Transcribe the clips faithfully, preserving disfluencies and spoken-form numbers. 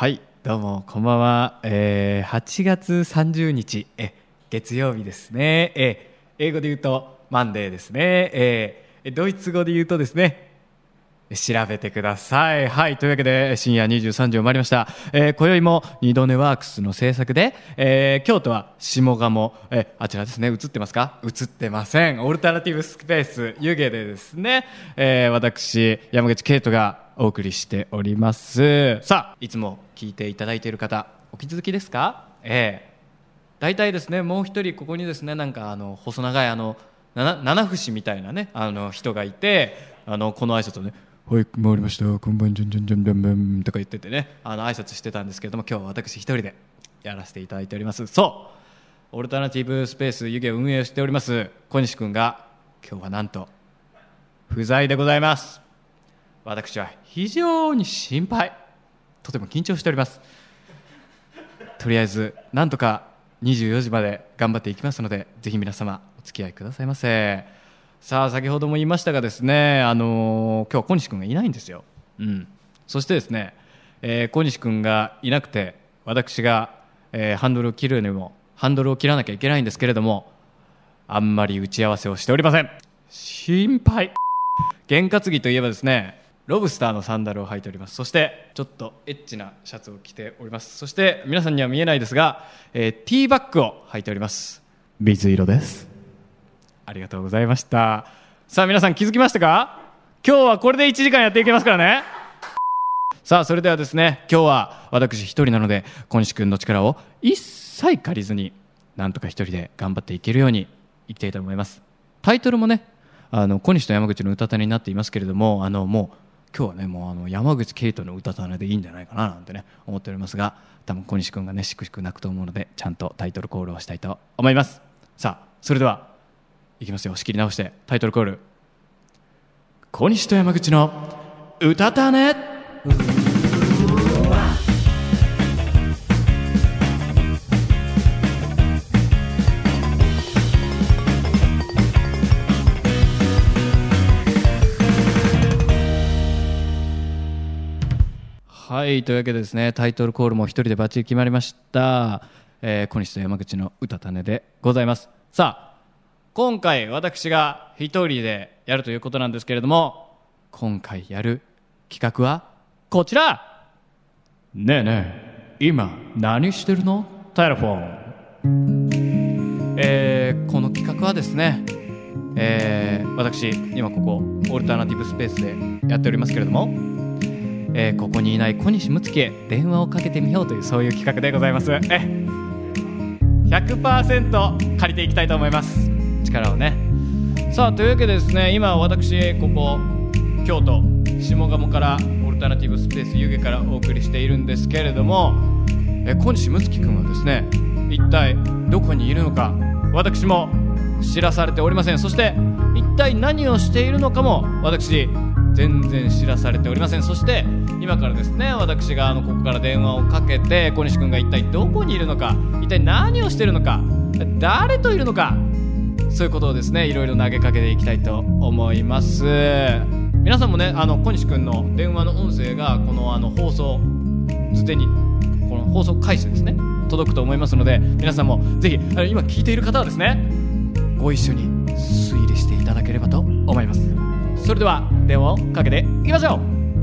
はい、どうもこんばんは、えー、はちがつさんじゅうにちえ月曜日ですね、え英語で言うとマンデーですね、えー、ドイツ語で言うとですね調べてください。はい、というわけで深夜にじゅうさんじを回りました。えー、今宵も二度寝ワークスの制作で、えー、京都は下鴨、えー、あちらですね、映ってますか？映ってません。オルタナティブスペース湯気でですね、えー、私山口圭人がお送りしております。さあ、いつも聞いていただいている方お気づきですか？えー、大体ですね、もう一人ここにですね、なんかあの細長いあの七, 七節みたいなね、あの人がいて、あのこの挨拶をね、はい、回りました、こんばんじゃんじゃんじゃんじゃんじゃんとか言っててね、あの挨拶してたんですけれども、今日は私一人でやらせていただいております。そうオルタナティブスペース湯気を運営しております小西くんが今日はなんと不在でございます。私は非常に心配、とても緊張しております。とりあえずなんとかにじゅうよじまで頑張っていきますので、ぜひ皆様お付き合いくださいませ。さあ、先ほども言いましたがですね、あのー、今日は小西君がいないんですよ、うん、そしてですね、えー、小西君がいなくて私が、えー、ハンドルを切るにもハンドルを切らなきゃいけないんですけれども、あんまり打ち合わせをしておりません。心配。験担ぎといえばですね、ロブスターのサンダルを履いております。そしてちょっとエッチなシャツを着ております。そして皆さんには見えないですが、えー、ティーバッグを履いております。水色です。ありがとうございました。さあ皆さん気づきましたか？今日はこれでいちじかんやっていけますからね。さあそれではですね、今日は私一人なので小西くんの力を一切借りずになんとか一人で頑張っていけるようにいきたいと思います。タイトルもね、あの小西と山口の歌種になっていますけれども、あのもう今日はね、もうあの山口圭人の歌種でいいんじゃないかななんてね思っておりますが、多分小西くんがねしくしく泣くと思うので、ちゃんとタイトルコールをしたいと思います。さあそれではいきますよ。仕切り直してタイトルコール、小西と山口の歌種。はい、というわけでですね、タイトルコールも一人でバッチリ決まりました、えー、小西と山口の歌種でございます。さあ今回私が一人でやるということなんですけれども、今回やる企画はこちら。ねえねえ今何してるの？テレフォン。えー、この企画はですね、えー、私今ここオルタナティブスペースでやっておりますけれども、えー、ここにいない小西睦月へ電話をかけてみようという、そういう企画でございます。え ひゃくパーセント 借りていきたいと思います、力をね。さあというわけでですね、今私ここ京都下鴨からオルタナティブスペース湯気からお送りしているんですけれども、え小西睦月くんはですね一体どこにいるのか私も知らされておりません。そして一体何をしているのかも私全然知らされておりません。そして今からですね、私があのここから電話をかけて小西くんが一体どこにいるのか、一体何をしているのか、誰といるのか、そういうことをですねいろいろ投げかけていきたいと思います。皆さんもね、あの小西くんの電話の音声がこのあの放送図手にこの放送開始ですね届くと思いますので、皆さんもぜひ今聞いている方はですねご一緒に推理していただければと思います。それでは電話をかけていきましょう。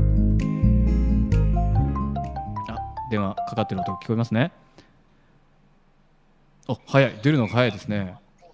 あ、電話かかってる音聞こえますね。お、早い、出るのが早いですね。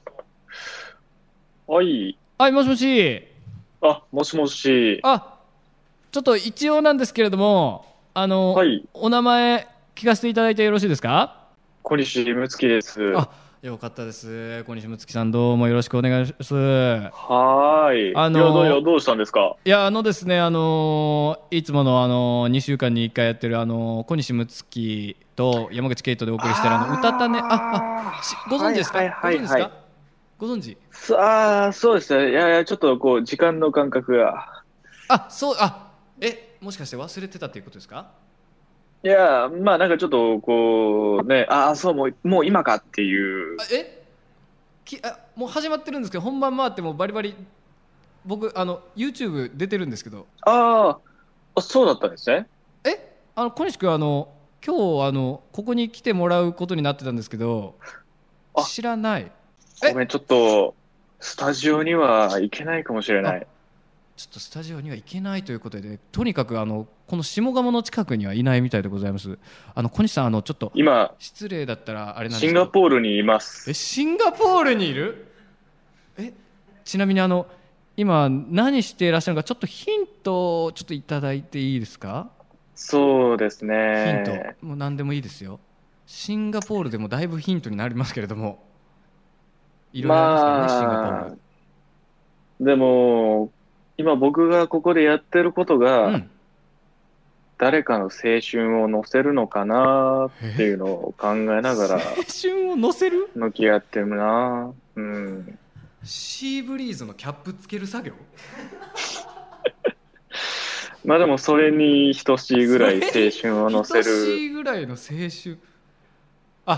はい。 はい、もしもし。 あ、もしもし。 あ、ちょっと一応なんですけれども、あの、はい、お名前聞かせていただいてよろしいですか？ 小西睦月です。 あ、よかったです。小西睦月さん、どうもよろしくお願いします。 はい。あのー、いやどうどうしたんですか？ いや、あのですね、あのー、いつもの、あのー、にしゅうかんにいっかいやってる、あのー、小西睦月と山口圭人でお送りしてるあの歌種、ああご存知ですか？はいはいはいはい、ご存知ですか？ご存知？ ああ、そうですね。いやいや、ちょっとこう時間の感覚が。 あ、そうあえもしかして忘れてたっていうことですか？ いや、まあなんかちょっとこうね、ああそうもうもう今かっていう。 あえきあもう始まってるんですけど、本番回ってもバリバリ僕あの YouTube 出てるんですけど。 ああ、そうだったんですね。 えあの小西君あの今日あのここに来てもらうことになってたんですけど、 あ知らない。 ごめん、ちょっと、スタジオには行けないかもしれない。 ちょっとスタジオには行けないということで、とにかくあのこの下鴨の近くにはいないみたいでございます。あの小西さん、あのちょっと今、 失礼だったらあれなんですシンけど、 ガポールにいます。 えシンガポールにいる？えちなみにあの今何していらっしゃるのか、ちょっとヒントをちょっといただいていいですか？ そうですヒンね。 トもう何でもいいですよ。シンガポールでもだいぶヒントになりますけれども、いろいろありますからね、シンガポール。 でも、今僕がここでやってることうが、 ん、 誰かの青春を乗せるのかなっていうのを考えながら青春を乗せる？ 向き合ってるな。うん。 シーブリーズのキャップつける作業？ まあでもそれに等しいぐらい青春を乗せ等しる。 いぐらいの青春。あ、 うん。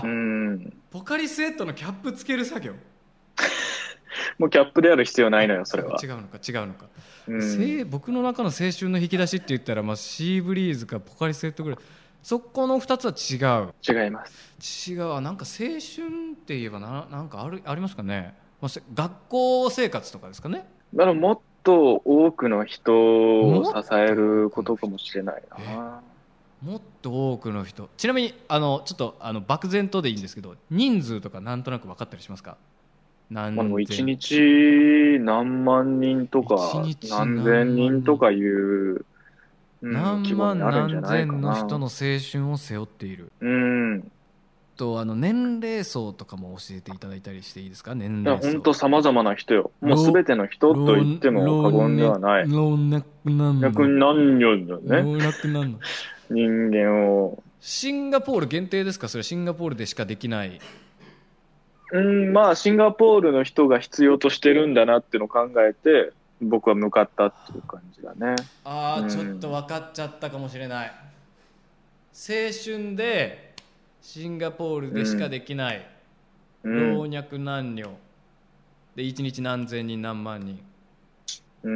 ポカリスエットのキャップつける作業？ もうキャップである必要ないのよ、それは。 違うのか違うのか、 うんせ僕の中の青春の引き出しって言ったら、まあ、シーブリーズかポカリスエットぐらい。そこのふたつは違う。 違います。 違う。あ、なんか青春って言えばな、なんかあるありますかね、まあ、せ学校生活とかですかね。 だからもっと多くの人を支えることかもしれないな。 もっと多くの人。ちなみにあのちょっとあの漠然とでいいんですけど、人数とかなんとなく分かったりしますか？何まあ、でも千一日何万人とか一日何千人とかいう、うん、 何規模に万なるんじゃ何ないかな。 千の人の青春を背負っている。 うん。 とあの年齢層とかも教えていただいたりしていいですか？年いや、 齢層。 本当様々な人よ。もうすべての人と言っても過言ではない。 老若男女。 逆に何よだね。 老若男女。 人間を。 シンガポール限定ですか？それシンガポールでしかできない。 うん、まあ、シンガポールの人が必要としてるんだなっていうのを考えて、僕は向かったっていう感じだね。 ああ、 うんちょっと分かっちゃったかもしれない。青春でシンガポールでしかできない、 うん老若男女でいちにち何千人何万人。 うん。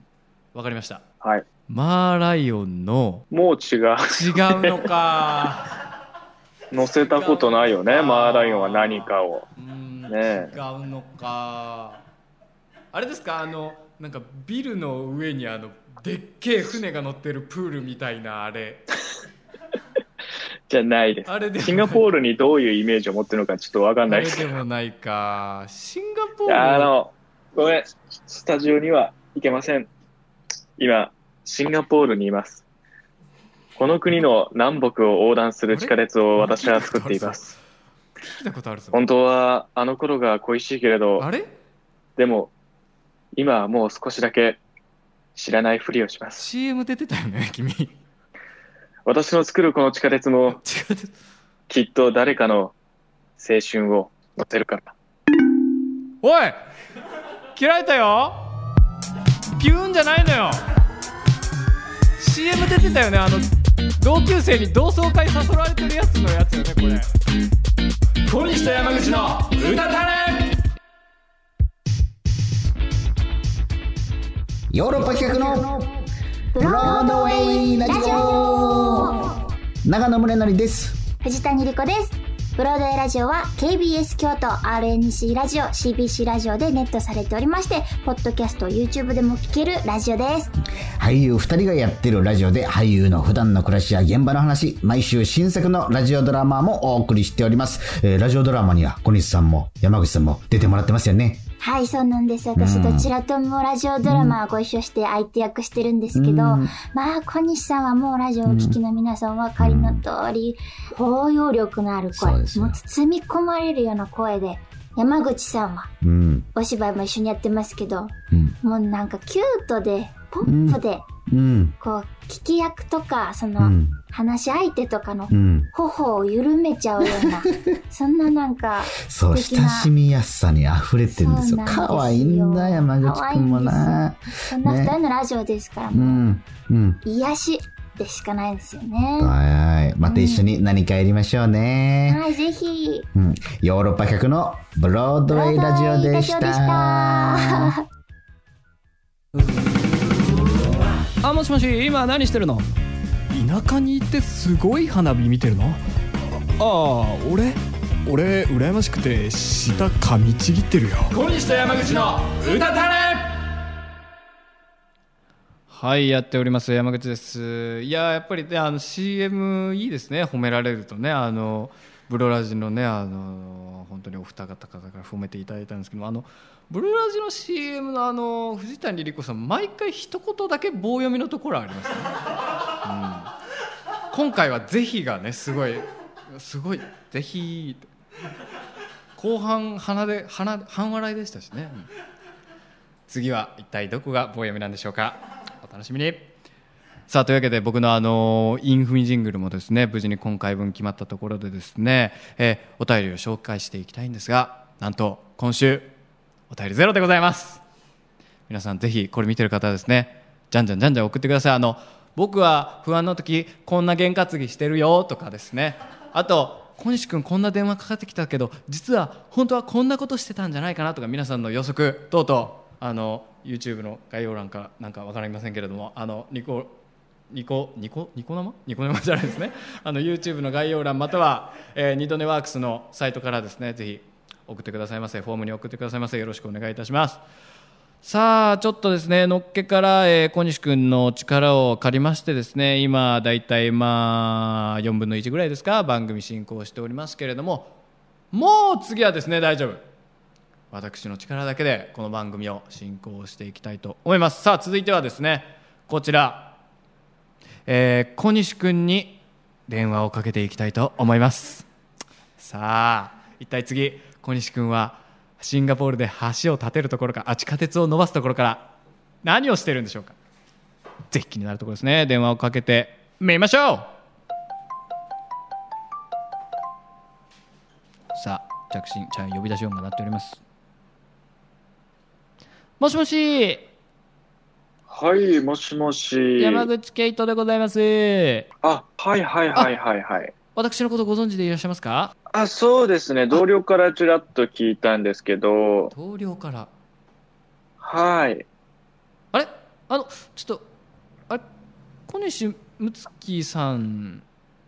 分かりました。 はい。 マーライオンのもう違う。 違うのか。 乗せたことないよね、マーライオンは何かを。 うんねえ違うのか。あれですか、あのなんかビルの上にあのでっけえ船が乗ってるプールみたいなあれ。 じゃないです。 あれでもないシンガポールにどういうイメージを持ってるのかちょっとわかんないですけど。 あれでもないか。シンガポーいル。 やあの、ごめん、スタジオには行けません。今、シンガポールにいます。この国の南北を横断する地下鉄を私は作っています。 聞いたことあるぞ。 本当はあの頃が恋しいけれど、 あれでも今はもう少しだけ知らないふりをします。 シーエム 出てたよね君。 私の作るこの地下鉄も違う。 きっと誰かの青春を乗せるから。 おい切られたよ。ピューンじゃないのよ。 シーエム 出てたよね。あの同級生に同窓会誘われてるやつのやつよね、これ。小西と山口の歌タレ。 ヨーロッパ企画のブロードウェイラジオ、長野宗則です。 藤谷莉子です。ブロードウェイラジオは ケービーエス 京都 アールエヌシー ラジオ シービーシー ラジオでネットされておりまして、ポッドキャスト YouTube でも聞けるラジオです。 俳優ふたりがやってるラジオで、俳優の普段の暮らしや現場の話、毎週新作のラジオドラマもお送りしております。えー、ラジオドラマには小西さんも山口さんも出てもらってますよね。 はい、そうなんです。私どちらともラジオドラマご一緒して相手役してるんですけど、まあ小西さんはもうラジオをお聞きの皆さんお分かりの通り、包容力のある声、もう包み込まれるような声で、山口さんはお芝居も一緒にやってますけど、うん、もうなんかキュートでポップで、うん、こう聞き役とかその、うん、話し相手とかの頬を緩めちゃうような、うん、そんななんかそう親しみやすさに溢れてるんですよ。可愛いんだ山口くんもな。 そんな二人のラジオですから、ね、もう、うんうん、癒しでしかないですよね。 はいはい、また一緒に何かやりましょうね。 うん、はい、ぜひ、 うん、ヨーロッパ客のブロードウェイラジオでした。 あ、もしもし、今何してるの？ 田舎に行ってすごい花火見てるの？ああ、俺俺羨ましくて舌噛みちぎってるよ。 小西と山口の歌たれ。 はい、やっております山口です。いややっぱりね、あの シーエム いいですね、褒められるとね。あのブロラジのね、あの本当にお二方から褒めていただいたんですけども、あのブロラジの シーエム のあの藤谷莉子さん、毎回一言だけ棒読みのところありますね、うん、今回は是非がね、すごいすごいぜひ後半鼻で鼻半笑いでしたしね、うん、次は一体どこが棒読みなんでしょうか。お楽しみに。さあ、というわけで僕のあのインフミジングルもですね、無事に今回分決まったところでですね、えー、お便りを紹介していきたいんですが、なんと今週お便りゼロでございます。皆さんぜひこれ見てる方はですね、じゃんじゃんじゃんじゃん送ってください。あの僕は不安の時こんな験担ぎしてるよとかですね、あと小西君こんな電話かかってきたけど実は本当はこんなことしてたんじゃないかなとか、皆さんの予測等々、あの YouTube の概要欄かなんか分かりませんけれども、あのニコニコニコニコ生ニコ生じゃないですね、あの YouTube の概要欄または、えー、ニドネワークスのサイトからですね、ぜひ送ってくださいませ。フォームに送ってくださいませ。よろしくお願いいたします。さあ、ちょっとですね、のっけから、えー、小西君の力を借りましてですね、今だいたいまあよんぶんのいちぐらいですか、番組進行しておりますけれども、もう次はですね、大丈夫、私の力だけでこの番組を進行していきたいと思います。さあ、続いてはですね、こちら、えー、小西君に電話をかけていきたいと思います。さあ、一体次小西君はシンガポールで橋を建てるところか、あ地下鉄を伸ばすところから何をしているんでしょうか。ぜひ気になるところですね。電話をかけてみましょう。さあ、着信じゃあ呼び出し音が鳴っております。もしもし。 はい、もしもし。 山口ケイトでございます。 あ、はいはいはいはいはい。 私のことご存知でいらっしゃいますか？ あ、そうですね。同僚からちらっと聞いたんですけど。 同僚から。 はい。 あれあの、ちょっと、あれ小西睦月さん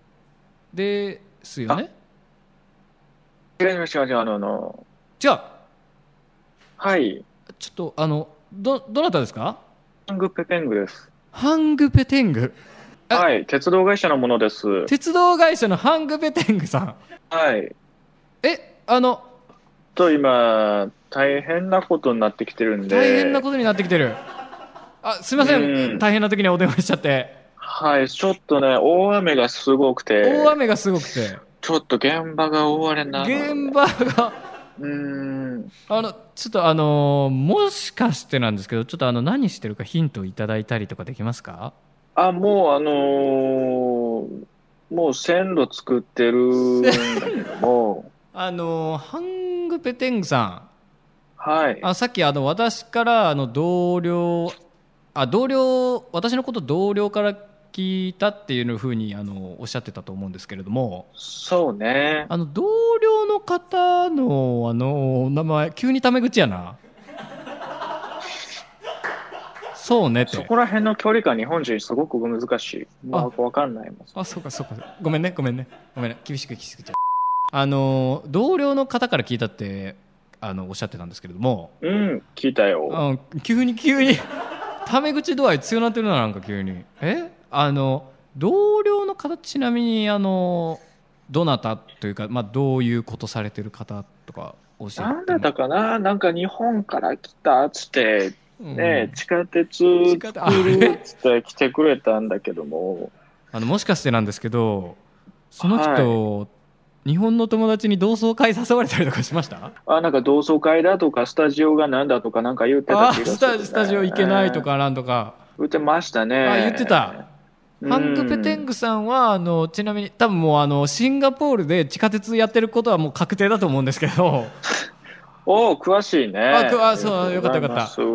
ですよね？ 違います違います。あの、あの。 違う。 はい。 ちょっと、あの、ど、どなたですか？ ハングペテングです。 ハングペテング。 はい、鉄道会社のものです。 鉄道会社のハングペテングさん。 はい。 え、あの、 と今、大変なことになってきてるんで。 大変なことになってきてる。あ、すいません。大変な時にお電話しちゃって。 はい、ちょっとね、大雨がすごくて。 大雨がすごくて。 ちょっと現場が大荒れなので。 現場が。 うーん。 あの、ちょっとあの、もしかしてなんですけど、ちょっとあの、何してるかヒントいただいたりとかできますか？ あ、もうあのー、もう線路作ってるんだけども。 あの、ハングペテングさん。 はい。 あ、さっきあの、私からあの、同僚、あ、同僚、私のこと同僚から聞いたっていうふうにあのおっしゃってたと思うんですけれども、 そうね、 あの同僚の方のあの名前急にタメ口やな。そうねって。 そこら辺の距離感日本人すごく難しい。もう分かんないもん。 あ、そうかそうか。ごめんねごめんねごめんね厳しく厳しくちゃう。あの同僚の方から聞いたってあのおっしゃってたんですけれども。 うん聞いたよ。 あ急に急にタメ口度合い強なってるな、なんか急に。えあの同僚の方、ちなみにあのどなたというか、まあ、どういうことされてる方とか教えても。 なんだったかな、なんか日本から来たっつってね、うん、地下鉄作るっつって来てくれたんだけども、 あのもしかしてなんですけど、その人、はい、日本の友達に同窓会誘われたりとかしました？ あ、なんか同窓会だとかスタジオがなんだとかなんか言ってた気がする、ね、 スタ、スタジオ行けないとかなんとか言ってましたね。 あ、言ってた。ハングペテングさんはあのちなみに多分もうあのシンガポールで地下鉄やってることはもう確定だと思うんですけど。 おー詳しいね。 ああ、そうよかったよかった。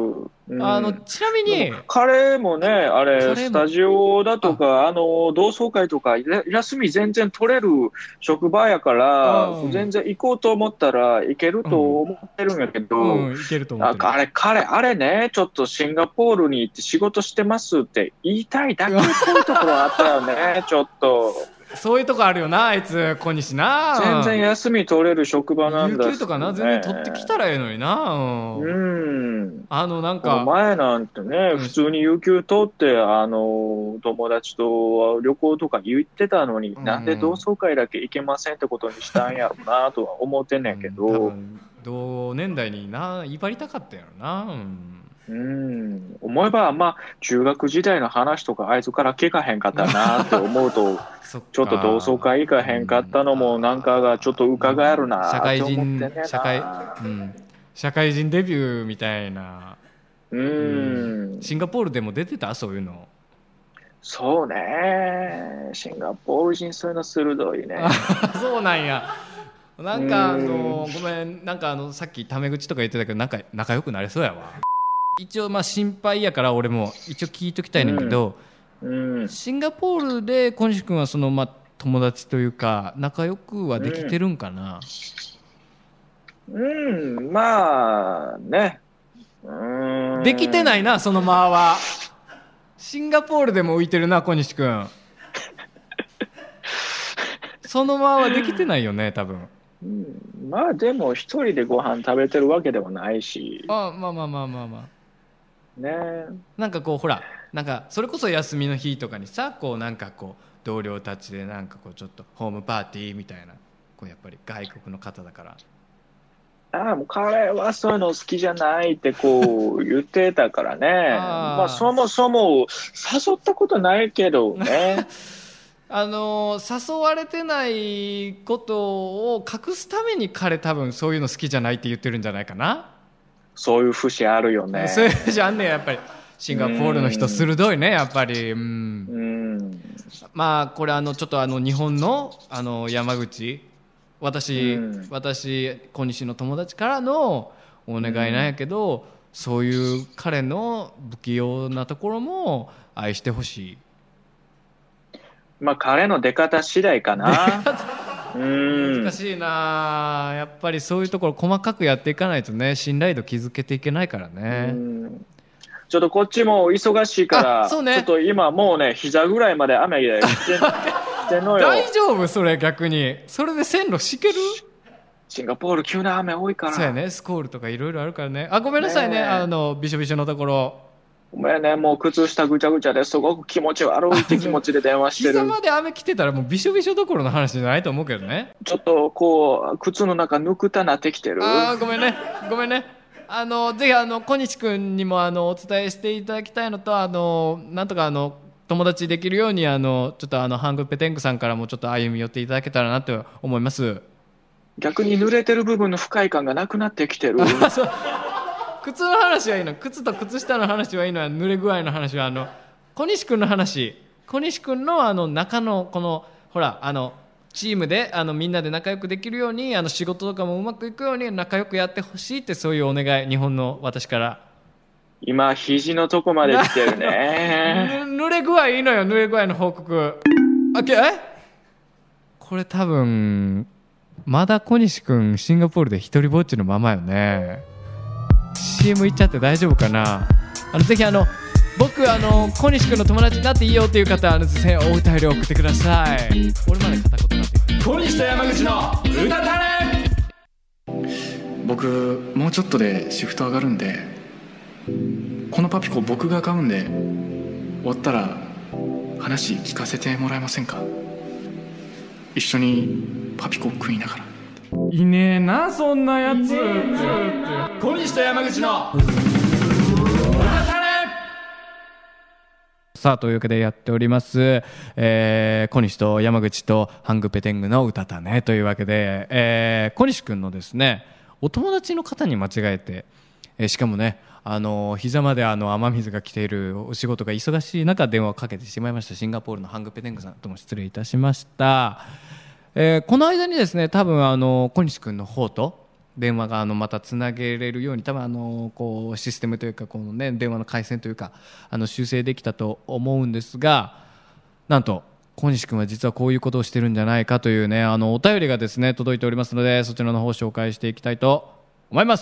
うんあのちなみに彼もね、あれ、 彼もスタジオだとか、あの、同窓会とか、や休み全然取れる職場やからうん、 全然行こうと思ったら行けると思ってるんやけど、 うん、いけると思ってる。 ああれ、彼、あれね、ちょっとシンガポールに行って仕事してますって言いたいだけっぽいところあったよね、ちょっと。 そういうとこあるよな、あいつ小西な。 全然休み取れる職場なんだし、ね。 有給とかな、全然取ってきたらええのにな。うん。 うんあのなんこのか前なんてね、 うん普通に有給取って、あの、友達と旅行とか言ってたのに、 うんなんで同窓会だけ行けませんってことにしたんやろなとは思ってんねんけうん多ど、 分同年代にな威張りたかったやろな。うんうん、思えば、まあ、中学時代の話とかあいつから聞かへんかったなって思うと、 そっかちょっと同窓会行かへんかったのもなんかがちょっと伺えるな社会って思ってん人ねんな。 社会、うん、社会人デビューみたいな。 うん、 シンガポールでも出てたそういうの。 そうね。シンガポール人そういうの鋭いね。 そうなんや。なんかあのうんごめん、なんかあのさっきタメ口とか言ってたけど、なんか仲良くなれそうやわ。一応まあ心配やから俺も一応聞いときたいねんけど、 うん、 シンガポールで小西君はそのまあ友達というか仲良くはできてるんかな。 うん、まあね。うんできてないな、その間は。シンガポールでも浮いてるな、小西君。その間はできてないよね、多分。 うんまあでも一人でご飯食べてるわけでもないし、 あまあまあまあまあまあ。 ね。 なんかこうほら、なんかそれこそ休みの日とかにさ、こうなんかこう同僚たちでなんかこうちょっとホームパーティーみたいな、こうやっぱり外国の方だから。 ああ、もう彼はそういうの好きじゃないってこう言ってたからね。 あーまあそもそも誘ったことないけどね。 あのー誘われてないことを隠すために彼多分そういうの好きじゃないって言ってるんじゃないかな。 そういう節あるよね。 そういうじゃんねやっぱり。シンガポールの人鋭いねやっぱり。うんうん。 まあこれあのちょっとあの日本のあの山口私、 うん私小西の友達からのお願いなんやけど、そういう彼の不器用なところも愛してほしい。 まあ彼の出方次第かな。うん難しいな、やっぱりそういうところ細かくやっていかないとね、信頼度築けていけないからね。 うんちょっとこっちも忙しいから、 あそうねちょっと今もうね、膝ぐらいまで雨が来て来てんのよ。 大丈夫それ？逆にそれで線路敷ける？ シンガポール急な雨多いから。 そうやね、スコールとかいろいろあるからね。あ、ごめんなさいね、 ねえあのびしょびしょのところ。 ごめんね、もう靴下ぐちゃぐちゃですごく気持ち悪いって気持ちで電話してる。 膝まで雨来てたらもうびしょびしょどころの話じゃないと思うけどね。 ちょっとこう、靴の中ぬくたなってきてる。 あーごめんねごめんね。あのぜひあの小西君にもあのお伝えしていただきたいのと、あのなんとかあの友達できるようにあのちょっとあのハングペテングさんからもちょっと歩み寄っていただけたらなと思います。 逆に濡れてる部分の不快感がなくなってきてる。 そう靴の話はいいの、靴と靴下の話はいいのは、濡れ具合の話はあの小西君の話、小西君のあの中のこのほらあのチームであのみんなで仲良くできるように、あの仕事とかもうまくいくように仲良くやってほしいって、そういうお願い、日本の私から。 今、肘のとこまで来てるね。 ぬ濡れ具合いいのよ、濡れ具合の報告。あけえこれ多分まだ小西君シンガポールで一人ぼっちのままよね。 シーエム 行っちゃって大丈夫かな。あのぜひあの僕あの小西君の友達になっていいよっていう方はあのぜひお便り送ってください。俺まで片言になってる。 小西と山口の歌タレ。 僕もうちょっとでシフト上がるんで、このパピコ僕が買うんで、終わったら話聞かせてもらえませんか。一緒にパピコ食いながら。 いねえなそんなやつ。 小西と山口の歌タレ。 さあというわけでやっております、えー、小西と山口とハングペテングの歌たねというわけで、えー、小西君のですねお友達の方に間違えて、えー、しかもねあの膝まであの雨水が来ている、お仕事が忙しい中電話をかけてしまいました。シンガポールのハングペテングさんとも失礼いたしました。えー、この間にですね多分あの小西君の方と電話があのまたつなげれるように多分あのこうシステムというかこの、ね、電話の回線というかあの修正できたと思うんですが、なんと小西君は実はこういうことをしてるんじゃないかというね、あのお便りがですね届いておりますので、そちらの方を紹介していきたいと思います。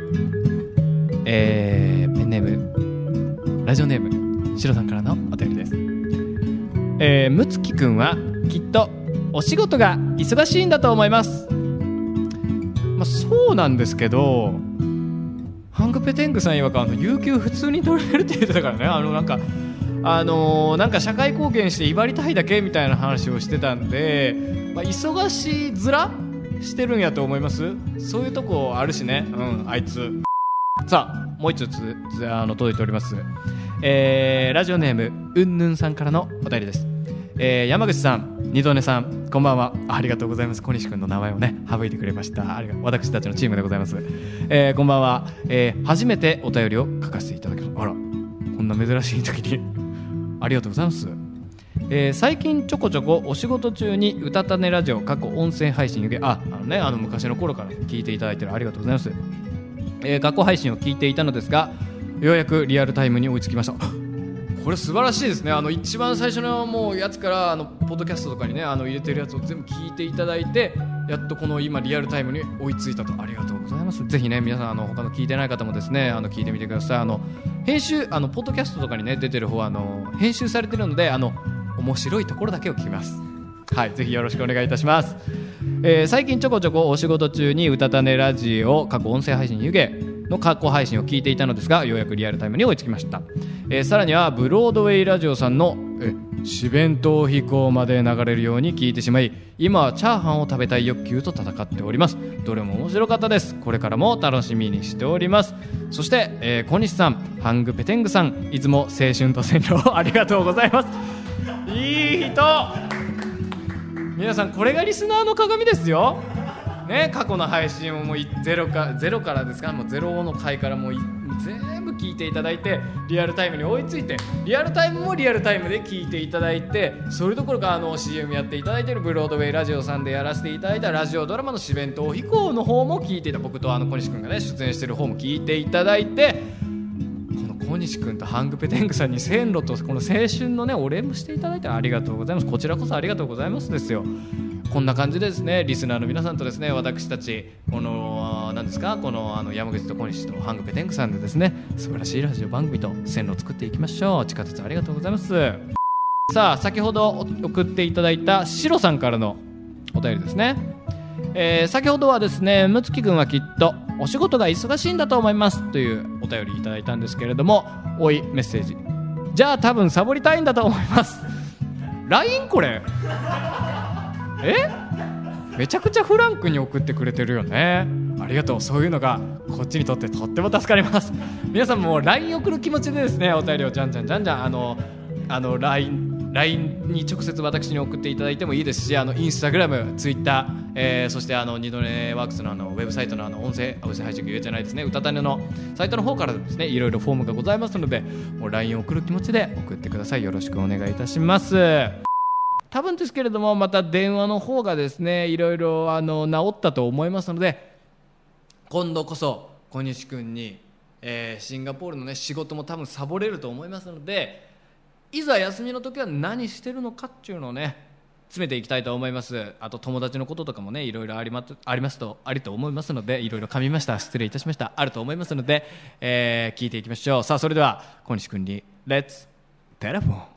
えー、ペンネームラジオネームシロさんからのお便りです。えー、むつきくんはきっとお仕事が忙しいんだと思います。まあ、そうなんですけど、ハングペテングさん曰くあの有給普通に取れるって言ってたからね、あのなんかあのー、なんか社会貢献して威張りたいだけみたいな話をしてたんで、まあ、忙しずらしてるんやと思います。そういうとこあるしね、うん、あいつ。さあもう一つあの届いております。えー、ラジオネームうんぬんさんからのお便りです。えー、山口さん、二度寝さん、こんばんは。ありがとうございます。小西君の名前をね省いてくれました。ありが私たちのチームでございます。えー、こんばんは。えー、初めてお便りを書かせていただきます。あら、こんな珍しい時にありがとうございます。えー、最近ちょこちょこお仕事中にうたたねラジオ過去音声配信受けああのねあの昔の頃から聞いていただいてるありがとうございます。えー、過去配信を聞いていたのですが、ようやくリアルタイムに追いつきました。これ素晴らしいですね。あの一番最初のもうやつからあのポッドキャストとかにねあの入れてるやつを全部聞いていただいて、やっとこの今リアルタイムに追いついたと。ありがとうございます。ぜひね皆さんあの他の聞いてない方もですねあの聞いてみてください。あの編集あのポッドキャストとかにね出てる方はあの編集されてるのであの面白いところだけを聞きます。はい、ぜひよろしくお願いいたします。えー、最近ちょこちょこお仕事中にうたたねラジオ過去音声配信湯気の過去配信を聞いていたのですが、ようやくリアルタイムに追いつきました。えー、さらにはブロードウェイラジオさんのえ四弁当飛行まで流れるように聞いてしまい、今はチャーハンを食べたい欲求と戦っております。どれも面白かったです。これからも楽しみにしております。そして、えー、小西さん、ハングペテングさん、いつも青春と線路をありがとうございます。いい人。皆さんこれがリスナーの鏡ですよね。過去の配信をもうゼロかゼロからですか、もうゼロの回からもう全部聞いていただいて、リアルタイムに追いついて、リアルタイムもリアルタイムで聞いていただいて、それどころかあの シーエム やっていただいているブロードウェイラジオさんでやらせていただいたラジオドラマの四弁当飛行の方も聞いていた、僕とあの小西くんがね出演している方も聞いていただいて、この小西くんとハングペテングさんに線路とこの青春のねお礼もしていただいてありがとうございます。こちらこそありがとうございますですよ。こんな感じでですね、リスナーの皆さんとですね、私たちこの何ですか、このあの山口と小西とハングペテングさんでですね、素晴らしいラジオ番組と線路を作っていきましょう。地下鉄ありがとうございます。さあ先ほど送っていただいたシロさんからのお便りですね。えー、先ほどはですね、むつきくんはきっとお仕事が忙しいんだと思いますというお便りいただいたんですけれども、おいメッセージ、じゃあ多分サボりたいんだと思います。 ライン これえめちゃくちゃフランクに送ってくれてるよね。ありがとう。そういうのがこっちにとってとっても助かります。皆さんも ライン 送る気持ちでですね、お便りをじゃんじゃんじゃんじゃんあのあの ライン, ライン に直接私に送っていただいてもいいですし、あのインスタグラム、ツイッター、えー、そしてあの二度寝ワークスのあのウェブサイトのあの音声音声配信じゃないですね、うたたねのサイトの方からですね、いろいろフォームがございますので、もう ライン を送る気持ちで送ってください。よろしくお願いいたします。多分ですけれども、また電話の方がですねいろいろあの治ったと思いますので、今度こそ小西君に、えー、シンガポールの、ね、仕事も多分サボれると思いますので、いざ休みの時は何してるのかっていうのをね詰めていきたいと思います。あと友達のこととかもねいろいろありま、ありますとありと思いますので、いろいろ噛みました、失礼いたしました、あると思いますので、えー、聞いていきましょう。さあそれでは小西君にレッツテレフォン。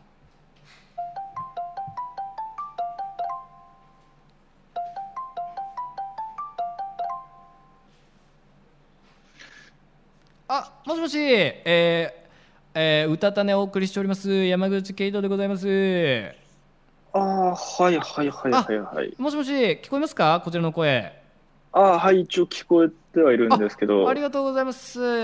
あ、もしもし、えーえー、うたたねをお送りしております山口圭人でございます。 ああ、はいはいはいはいはい。 もしもし、聞こえますか、こちらの声。 ああ、はい、一応聞こえてはいるんですけど。 あ、ありがとうございます。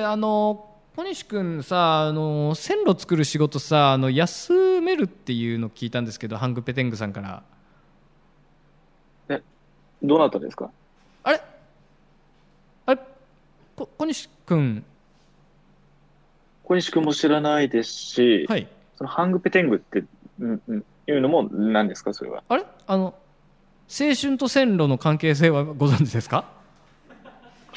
あの小西くんさ、あの線路作る仕事さ、あの休めるっていうの聞いたんですけど、ハングペテングさんから。 え、どなたですか？ あれあれこ小西くん小西君も知らないですし、 はい、 そのハングペテングって、うんうん、いうのも何ですか、それは。あれあの青春と線路の関係性はご存知ですか？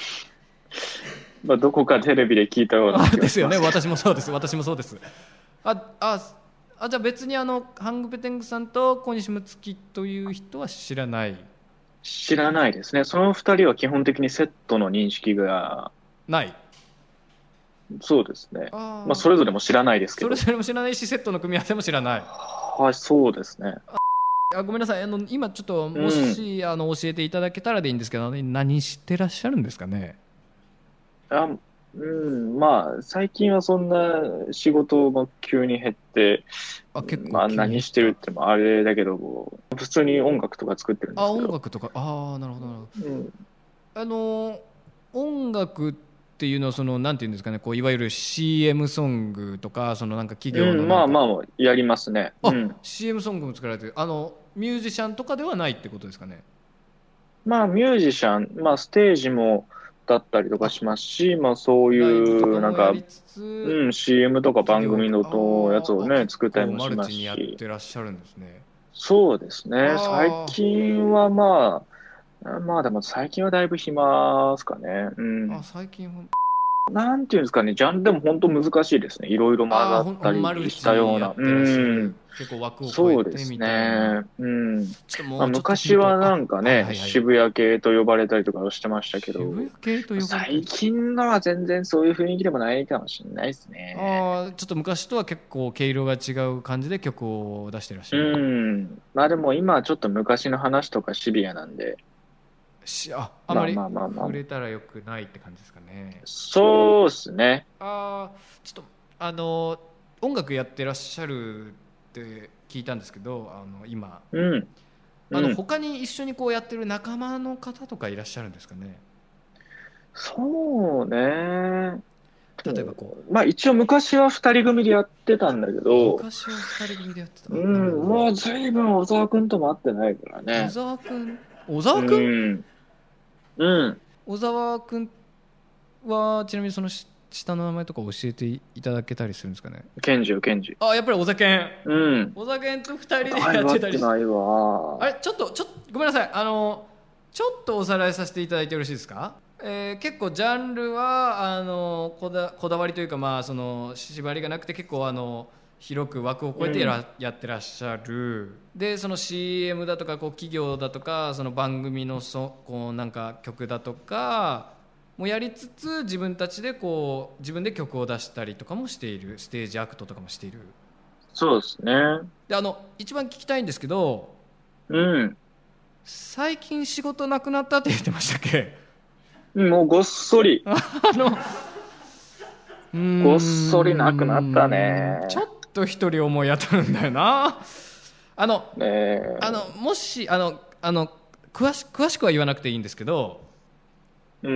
まあ、どこかテレビで聞いたような気がします。 ですよね。私もそうです。私もそうです。あああじゃあ別にあのハングペテングさんと小西睦月という人は知らない。 知らないですね。その二人は基本的にセットの認識がない。 そうですね。 あ、 まあ、それぞれも知らないですけど。 それぞれも知らないし、セットの組み合わせも知らない。 はい、そうですね。 あごめんなさい。あの今ちょっともし、うん、あの教えていただけたらでいいんですけど、何してらっしゃるんですかね。 あうん、まあ最近はそんな仕事も急に減って、あ結構まあ何してるってもあれだけど、普通に音楽とか作ってるんですけど。 あ音楽とかああなるほどなるほど。うん、あの音楽っていうのはそのなんていうんですかね、こういわゆる シーエム ソングとかそのなんか企業の、うん、 まあまあやりますね。 あ、うん、シーエム ソングも作られてる。あのミュージシャンとかではないってことですかね。 まあミュージシャン、まあステージもだったりとかしますし、まあそういうなんか、うん、シーエム とか番組のやつをね作ったりもしますし。 マルチにやってらっしゃるんですね。 そうですね。最近はまあまあでも最近はだいぶ暇ですかね。うん。 あ最近なんていうんですかね、ジャンルでも本当難しいですね。いろいろ混ざったりしたような。うん、 結構枠を超えてみたいな。 そうですね。うん。まあ、昔はなんかね、はいはいはい、渋谷系と呼ばれたりとかをしてましたけど、 渋谷系と呼ばれ最近のは全然そういう雰囲気でもないかもしれないですね。 ああ、ちょっと昔とは結構毛色が違う感じで曲を出してらっしゃる。 うん。まあでも今はちょっと昔の話とかシビアなんで。 あ, あまり触れたらよくないって感じですかね。 そうですね。 あちょっとあの音楽やってらっしゃるって聞いたんですけど、あの今、 うん、 あの他に一緒にこうやってる仲間の方とかいらっしゃるんですかね。 そうね。 例えばこう、まあ一応昔は二人組でやってたんだけど、 昔は二人組でやってた。 うん、もう随分小沢君とも会ってないからね。 小沢君、小沢君。うんうん、 小沢君はちなみにその下の名前とか教えていただけたりするんですかね。 ケンジよケンジ。 あやっぱり小沢健。 うん。 小沢健と二人でやってたりして。 ないわ。 あれちょっとちょっとごめんなさい。あのちょっとおさらいさせていただいてよろしいですか。えー、結構ジャンルはあのこだこだわりというかまあその縛りがなくて結構あの。広く枠を超えて や,、うん、やってらっしゃる。でその シーエム だとかこう企業だとかその番組のそこうなんか曲だとかもやりつつ自分たちでこう自分で曲を出したりとかもしている。ステージアクトとかもしている。 そうですね。 であの一番聞きたいんですけど、 うん、 最近仕事なくなったって言ってましたっけ。 もうごっそりあのごっそりなくなったね。 ちょっと一人思い当たるんだよな。あの、 ね、 あのもしあのあの詳し詳しくは言わなくていいんですけど、 うん、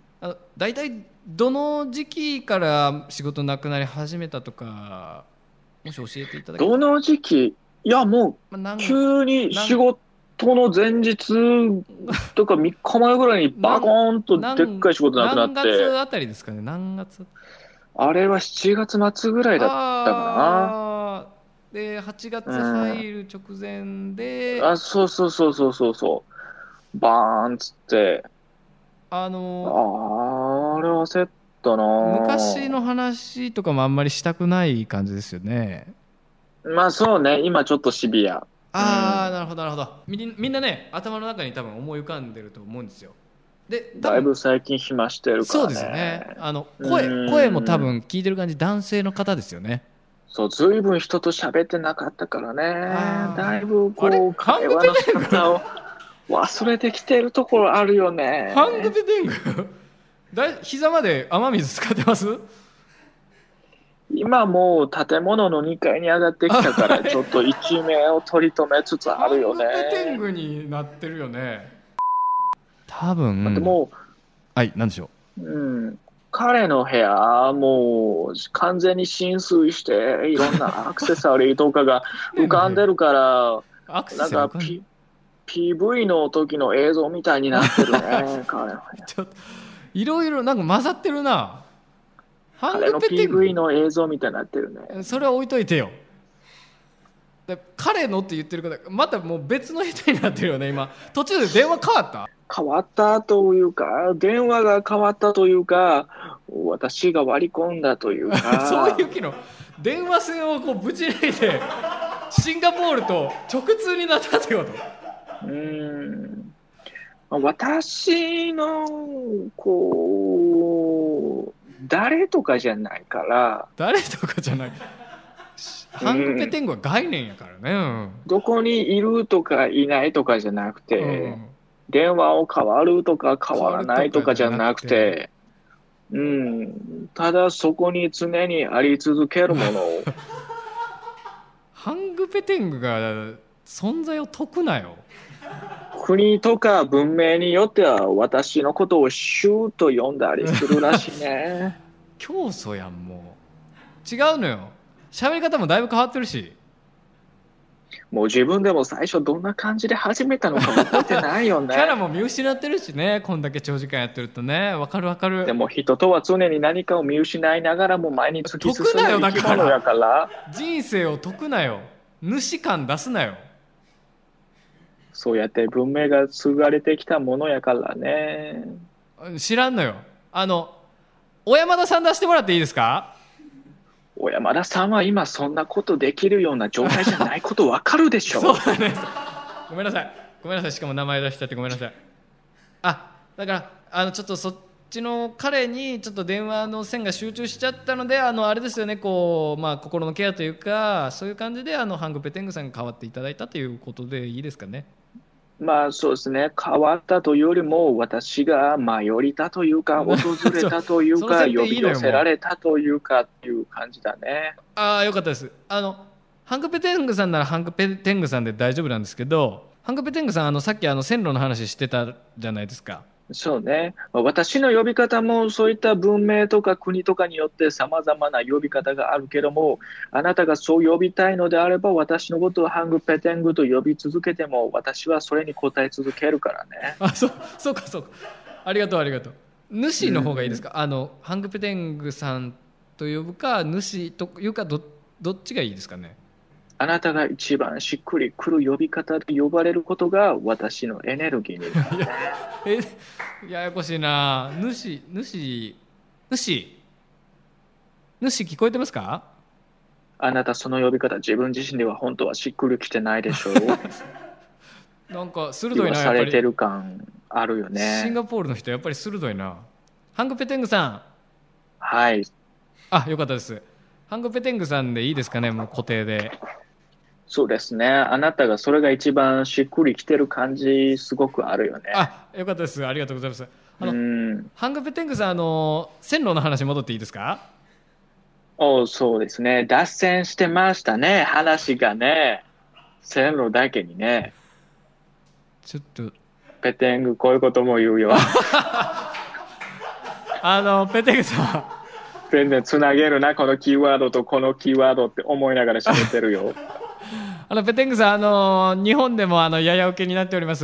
あの大体どの時期から仕事なくなり始めたとかもし教えていただけたら。 どの時期。いやもう急に仕事の前日とかみっかまえぐらいにバコーンとでっかい仕事なくなって。 何月あたりですかね。何月。 あれはしちがつ末ぐらいだったかな。ではちがつ入る直前で、 うん、あそうそうそうそうそうそうバーンっつってあのー、ああれ焦ったな。 昔の話とかもあんまりしたくない感じですよね。 まあそうね、今ちょっとシビア。 ああ、うん、なるほどなるほど。みみんなね頭の中に多分思い浮かんでると思うんですよ。でだいぶ最近暇してるからね。 そうですね。あの 声, 声も多分聞いてる感じ男性の方ですよね。 そう、ずいぶん人と喋ってなかったからね。だいぶこう会話の仕方を忘れてきてるところあるよね。 ハングペテングだ膝まで雨水使ってます？ 今もう建物のにかいに上がってきたからちょっと一命を取り留めつつあるよね。 ハングペテングになってるよね。多分だってもうはい何でしょう、 うん、彼の部屋もう完全に浸水していろんなアクセサリーとかが浮かんでるからなんか、P、ピーブイ の時の映像みたいになってるね彼の部屋。 ちょっといろいろなんか混ざってるな。 ハングペテング彼の ピーブイ の映像みたいになってるね。 それは置いといてよ。 で彼のって言ってる方またもう別の人になってるよね今。途中で電話変わった？ 変わったというか、電話が変わったというか、私が割り込んだというか。 そういう機能。電話線をこうぶち抜いてシンガポールと直通になったってこと？ うーん、私のこう誰とかじゃないから。 誰とかじゃない。ハングペテングは概念やからね、うん、 どこにいるとかいないとかじゃなくて、うん、電話を変わるとか変わらないとかじゃなくて、うん、ただそこに常にあり続けるものをハングペテングが存在を解くなよ。 国とか文明によっては私のことをシューと呼んだりするらしいね。 教祖やん。もう違うのよ。喋り方もだいぶ変わってるし。 もう自分でも最初どんな感じで始めたのか覚えてないよね。 キャラも見失ってるしね、こんだけ長時間やってるとね。わかるわかる。 でも人とは常に何かを見失いながらも前に突き進む生き物やから。 人生を解くなよ。主感出すなよ。 そうやって文明が継がれてきたものやからね。 知らんのよ。あの小山田さん出してもらっていいですか？ 小山田さんは今そんなことできるような状態じゃないことわかるでしょ。 そうなんです。ごめんなさいごめんなさい。しかも名前出しちゃってごめんなさい。あ、だからあのちょっとそっちの彼にちょっと電話の線が集中しちゃったので、あのあれですよね、こうまあ心のケアというかそういう感じであのハングペテングさんが代わっていただいたということでいいですかね。 まあそうですね、変わったというよりも私が舞い降りたというか訪れたというか呼び寄せられたというかっていう感じだね。 ああよかったです。あのハングペテングさんならハングペテングさんで大丈夫なんですけど、ハングペテングさんあのさっきあの線路の話してたじゃないですか。 そうね、私の呼び方もそういった文明とか国とかによってさまざまな呼び方があるけども、あなたがそう呼びたいのであれば私のことをハングペテングと呼び続けても私はそれに答え続けるからね。 あ、そう、そうかそうか、ありがとうありがとう。主の方がいいですか、うん、あのハングペテングさんと呼ぶか主というか ど, どっちがいいですかね。 あなたが一番しっくりくる呼び方で呼ばれることが私のエネルギーになるね。 えややこしいな。主主主主聞こえてますか？ あなたその呼び方自分自身では本当はしっくりきてないでしょう。 なんか鋭いな。 言わされてる感あるよね。 シンガポールの人やっぱり鋭いな。ハングペテングさん。 はい。 あ、よかったです。ハングペテングさんでいいですかね、もう固定で。 そうですね、あなたがそれが一番しっくりきてる感じすごくあるよね。 あ、よかったです。ありがとうございます。あのうんハングペテングさん、あの線路の話戻っていいですか？ おそうですね、脱線してましたね、話がね、線路だけにね。 ちょっとペテングこういうことも言うよ。 あのペテングさん全然つなげるな、このキーワードとこのキーワードって思いながら喋ってるよ。 あのペテングさん、あの日本でもあのやや受けになっております。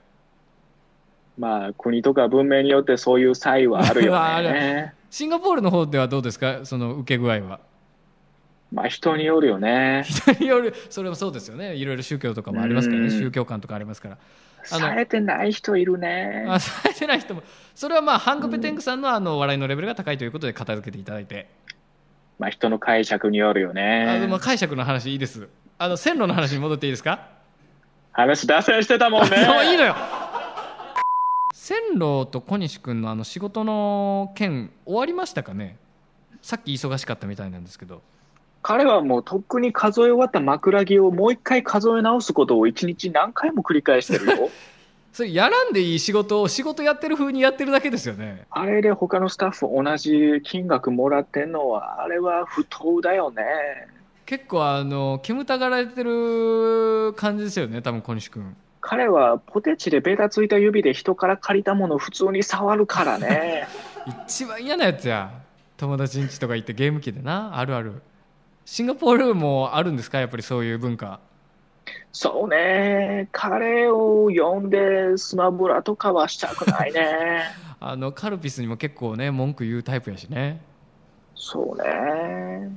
まあ国とか文明によってそういう差異はあるよね。 シンガポールの方ではどうですか、その受け具合は。 まあ人によるよね。 人による、それもそうですよね。いろいろ宗教とかもありますからね、宗教観とかありますから。 されてない人いるね。 あ、されてない人も、それはまあハングペテングさんのあの笑いのレベルが高いということで片付けていただいて。 まあ人の解釈によるよね。 あ、でも解釈の話いいです。あの線路の話に戻っていいですか？ 話脱線してたもんね。 そういいのよ。線路と小西君のあの仕事の件終わりましたかね？さっき忙しかったみたいなんですけど。 彼はもうとっくに数え終わった枕木をもう一回数え直すことを一日何回も繰り返してるよ。 それやらんでいい仕事を仕事やってる風にやってるだけですよね。 あれで他のスタッフ同じ金額もらってんのはあれは不当だよね。 結構あの煙たがられてる感じですよね、多分小西君。 彼はポテチでベタついた指で人から借りたものを普通に触るからね。 一番嫌なやつや。友達ん家とか行ってゲーム機でな。あるある。シンガポールもあるんですか、やっぱりそういう文化。 そうね、彼を呼んでスマブラとかはしたくないね。 あのカルピスにも結構ね文句言うタイプやしね。 そうね。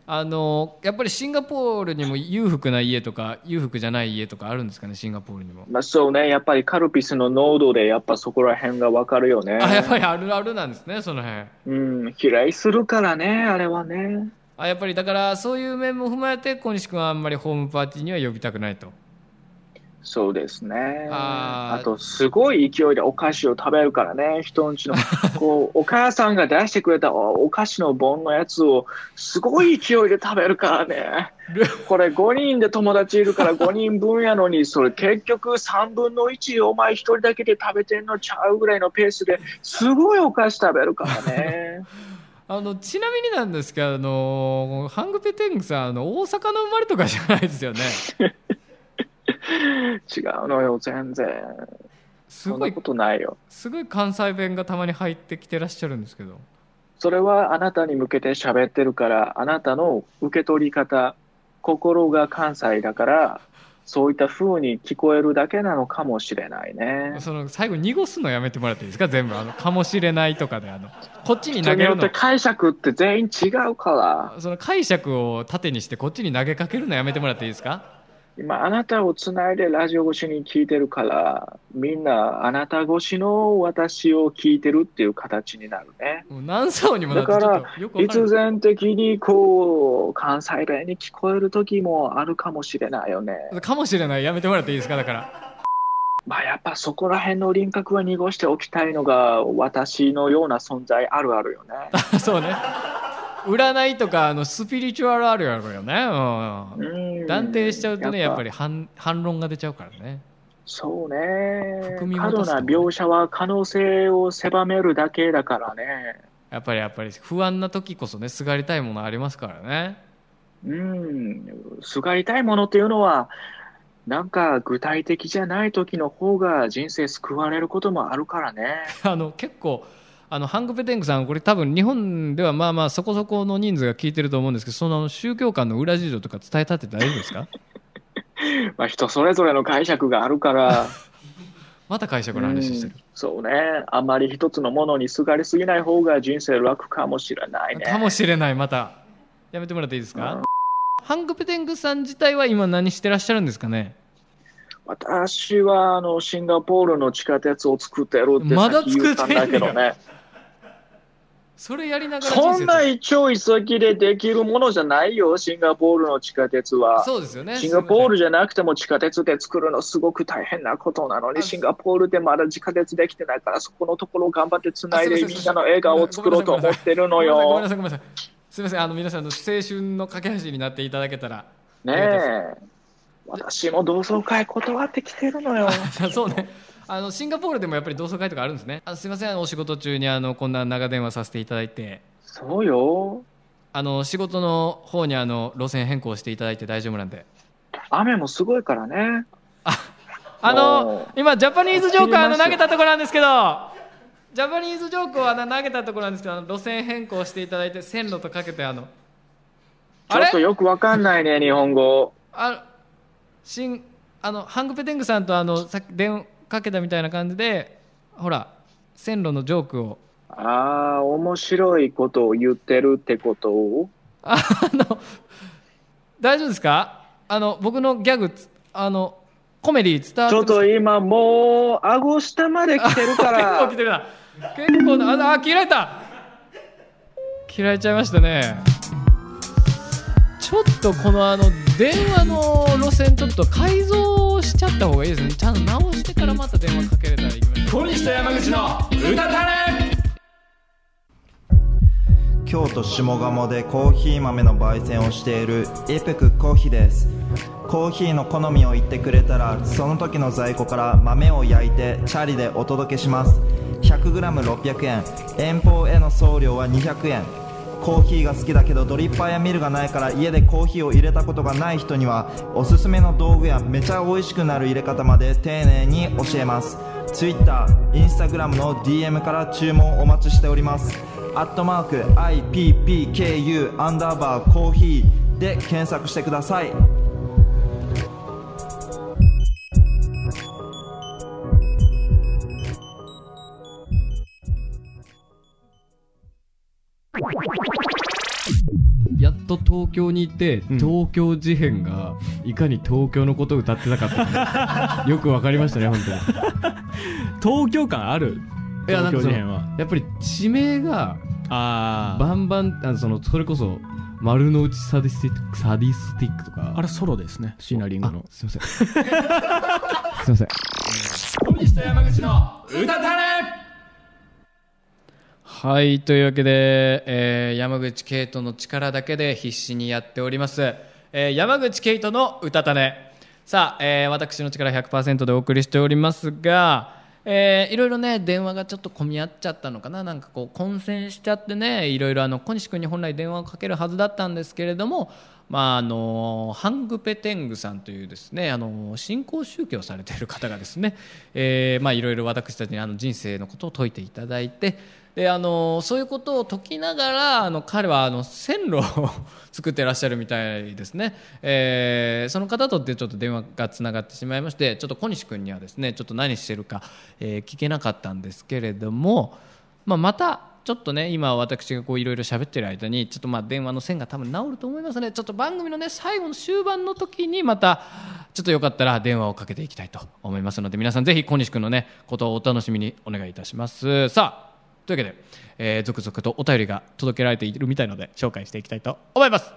あのやっぱりシンガポールにも裕福な家とか裕福じゃない家とかあるんですかね、シンガポールにも。 まあそうね、やっぱりカルピスの濃度でやっぱそこら辺がわかるよね。 あ、やっぱりあるあるなんですね、その辺。 うん、比例するからね、あれはね。 あ、やっぱりだからそういう面も踏まえて小西君はあんまりホームパーティーには呼びたくないと。 そうですね。 ああと、すごい勢いでお菓子を食べるからね、人んちの。こう、お母さんが出してくれたお菓子の盆のやつを、すごい勢いで食べるからね。これごにんで友達いるからごにんぶんやのに、それ結局さんぶんのいちお前ひとりだけで食べてんのちゃうぐらいのペースですごいお菓子食べるからね。 あのちなみになんですけど、あのハングペテングさん、あの大阪の生まれとかじゃないですよね。 違うのよ、全然。 すごいそんなことないよ。 すごい関西弁がたまに入ってきてらっしゃるんですけど。 それはあなたに向けて喋ってるから、あなたの受け取り方、心が関西だから、そういった風に聞こえるだけなのかもしれないね。 その最後濁すのやめてもらっていいですか、全部あのかもしれないとかで、あのこっちに投げるの、 人によって解釈って全員違うから。 その解釈を縦にしてこっちに投げかけるのやめてもらっていいですか。 今あなたをつないでラジオ越しに聞いてるから、みんなあなた越しの私を聞いてるっていう形になるね。 もう何層にもなってちょっだからとよくわかんない必然的にこう関西弁に聞こえる時もあるかもしれないよね。 かもしれないやめてもらっていいですか。だからまあやっぱそこら辺の輪郭は濁しておきたいのが私のような存在あるあるよね。 そうね、占いとかあのスピリチュアルあるあるよね、うんうん断定しちゃうとね、やっぱりり反反論が出ちゃうからね。 そうね。 含み過度持たすとねな描写は可能性を狭めるだけだからね。 やっぱりやっぱり不安な時こそね、すがりたいものありますからね。 うん、すがりたいものっていうのは、なんか具体的じゃない時の方が人生救われることもあるからね。 あの結構あのハングペテングさん、これ多分日本ではまあまあそこそこの人数が聞いてると思うんですけど、その宗教観の裏事情とか伝えたって大丈夫ですか。 まあ人それぞれの解釈があるからまた解釈の話してる、 うんそうね。あんまり一つのものにすがりすぎない方が人生楽かもしれないね。 かもしれない。またやめてもらっていいですか、 うんハングペテングさん自体は今何してらっしゃるんですかね。 私はあのシンガポールの地下鉄を作ってるってまださっき言ったんだけど作ってんのね。 それやりながら人生そんな一朝一夕でできるものじゃないよ、シンガポールの地下鉄は。 そうですよね。 シンガポールじじゃなくても地下鉄で作るのすごく大変なことなのに、シンガポールでまだ地下鉄できてないから、そこのところを頑張ってつないでみんなの笑顔を作ろうと思ってるのごめんよ。 なさいごめんなさいごめんなさい。すみません、あの皆さんの青春の架け橋になっていただけたら。 ねえ。私も同窓会断ってきてるのよ。 そうね。あのシンガポールでもやっぱり同窓会とかあるんですね。あのすみません、お仕事中にあのこんな長電話させていただいて、 そうよ。 あの仕事の方にあの路線変更していただいて大丈夫なんで。 雨もすごいからね。 あものう今ジャパニーズジョーカーの知ります投げたところなんですけど、ジャパニーズジョークをあの投げたところなんですけど、あの路線変更していただいて線路とかけてあのちあれょっとよくわかんないね、日本語。 あしんあのハングペテングさんとあのさっき電話かけたみたいな感じで、ほら線路のジョークをああ、面白いことを言ってるってことを。 あの大丈夫ですか。あの僕のギャグつあのコメディ伝わってますか。 ちょっと今もう、顎下まで来てるか結構ら来。てるな。結構なああ切られた切られちゃいましたね。ちょっとこのあの電話の路線ちょっと改造しちゃった方がいいですね。ちゃんと直してからまた電話かけれたらいきましょう。 小西と山口の歌たれ。 京都下鴨でコーヒー豆の焙煎をしているエペクコーヒーです。コーヒーの好みを言ってくれたら、その時の在庫から豆を焼いてチャリでお届けします。 ひゃくグラムろっぴゃくえん、遠方への送料はにひゃくえん。コーヒーが好きだけどドリッパーやミルがないから家でコーヒーを入れたことがない人には、おすすめの道具やめちゃ美味しくなる入れ方まで丁寧に教えます。 Twitter、Instagram の ディーエム から注文お待ちしております。アットマーク アイピーピーケーユー アンダーバーコーヒーで検索してください。 やっと東京に行って、うん、東京事変がいかに東京のことを歌ってなかったかよくわかりましたね本当に東京感ある。 いや、なんかそのやっぱり地名があバンバンあのそのそれこそ丸の内サディスティックサディスティックとか、 あれソロですね、椎名林檎の。 すいませんすいません小西と山口の歌たれ。 はい、というわけで、えー、山口ケイトの力だけで必死にやっております、えー、山口ケイトの歌たれ。さあ、えー、私の力 ひゃくパーセント でお送りしておりますが、えー、いろいろね電話がちょっと混み合っちゃったのかな、なんかこう混戦しちゃってね、いろいろあの小西君に本来電話をかけるはずだったんですけれども、まああのハングペテングさんというですね、あの新興宗教されている方がですね、えー、まあいろいろ私たちにあの人生のことを説いていただいて、であのそういうことを解きながらあの彼はあの線路を作ってらっしゃるみたいですね、えー、その方とってちょっと電話がつながってしまいまして、ちょっと小西君にはですねちょっと何してるか、えー、聞けなかったんですけれども、まあ、またちょっとね今私がこういろいろ喋ってる間にちょっとまあ電話の線が多分治ると思いますね。ちょっと番組のね最後の終盤の時にまたちょっとよかったら電話をかけていきたいと思いますので、皆さんぜひ小西君のねことをお楽しみにお願いいたします。さあというわけで、えー、続々とお便りが届けられているみたいので紹介していきたいと思います。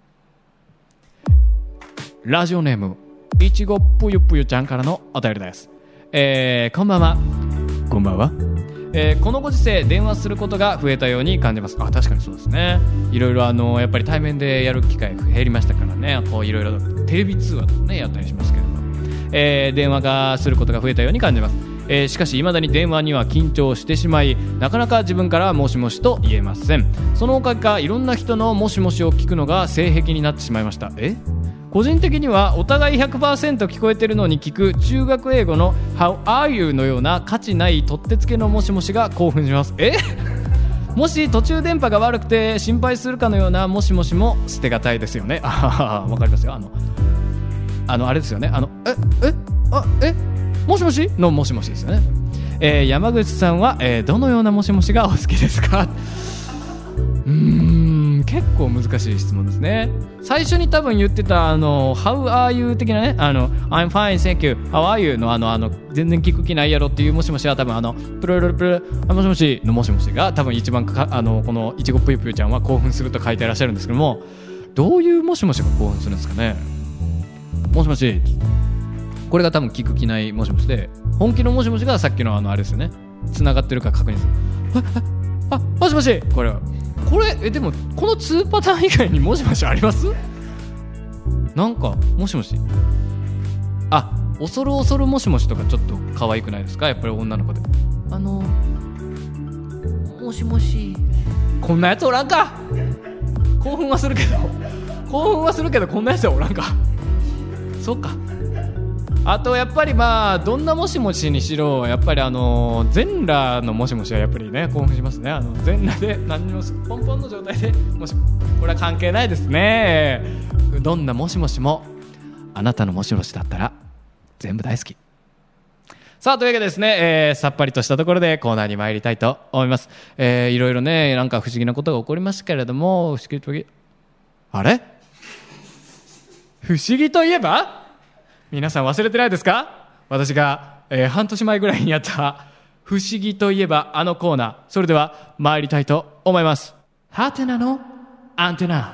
ラジオネームいちごぷゆぷゆちゃんからのお便りです。えー、こんばんは。こんばんは。えー、このご時世電話することが増えたように感じます。あ、確かにそうですね。いろいろあのやっぱり対面でやる機会減りましたからね、こういろいろテレビ通話とかねやったりしますけれども、えー、電話がすることが増えたように感じます。えー、しかし未だに電話には緊張してしまい、なかなか自分からもしもしと言えません。そのおかげかいろんな人のもしもしを聞くのが性癖になってしまいました。え個人的にはお互い ひゃくパーセント 聞こえてるのに聞く中学英語の How are you のような価値ない取ってつけのもしもしが興奮します。えもし途中電波が悪くて心配するかのようなもしもしも捨てがたいですよね。あわかりますよ。あのあのあれですよね。あのええあえもしもしのもしもしですよね。えー、山口さんは、えー、どのようなもしもしがお好きですか？うーん結構難しい質問ですね。最初に多分言ってたあの How are you 的なね、あの I'm fine thank you How are you のあのあの全然聞く気ないやろっていうもしもしは多分あのプルルルプルあもしもしのもしもしが多分一番かあのこのいちごぷゆぷゆちゃんは興奮すると書いていらっしゃるんですけども、どういうもしもしが興奮するんですかね。もしもしこれが多分聞く気ないもしもしで、本気のもしもしがさっきのあのあれですよね、繋がってるか確認する。あ、あ、もしもしこれはこれえでもこのにパターン以外にもしもしあります？なんかもしもしあ恐る恐るもしもしとかちょっと可愛くないですか、やっぱり女の子で。あのもしもしこんなやつおらんか。興奮はするけど興奮はするけどこんなやつはおらんか。そうか。あとやっぱりまあどんなもしもしにしろやっぱりあの全裸のもしもしはやっぱりね興奮しますね。あの全裸で何もポンポンの状態でもしこれは関係ないですね。どんなもしもしもあなたのもしもしだったら全部大好き。さあというわけでですね、えー、さっぱりとしたところでコーナーに参りたいと思います。えー、いろいろねなんか不思議なことが起こりましたけれども、不思議とあれ不思議といえば皆さん忘れてないですか？私が、えー、半年前ぐらいにやった不思議といえばあのコーナー、それでは参りたいと思います。ハテナのアンテナ。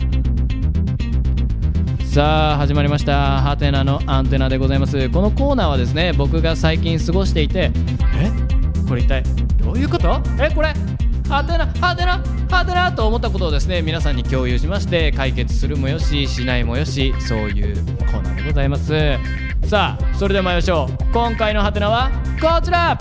さあ始まりました、ハテナのアンテナでございます。このコーナーはですね、僕が最近過ごしていて、えこれ一体どういうこと？えこれハテナハテナハテナと思ったことをですね皆さんに共有しまして解決するもよししないもよし、そういうコーナーでございます。さあそれでは参りましょう。今回のハテナはこちら。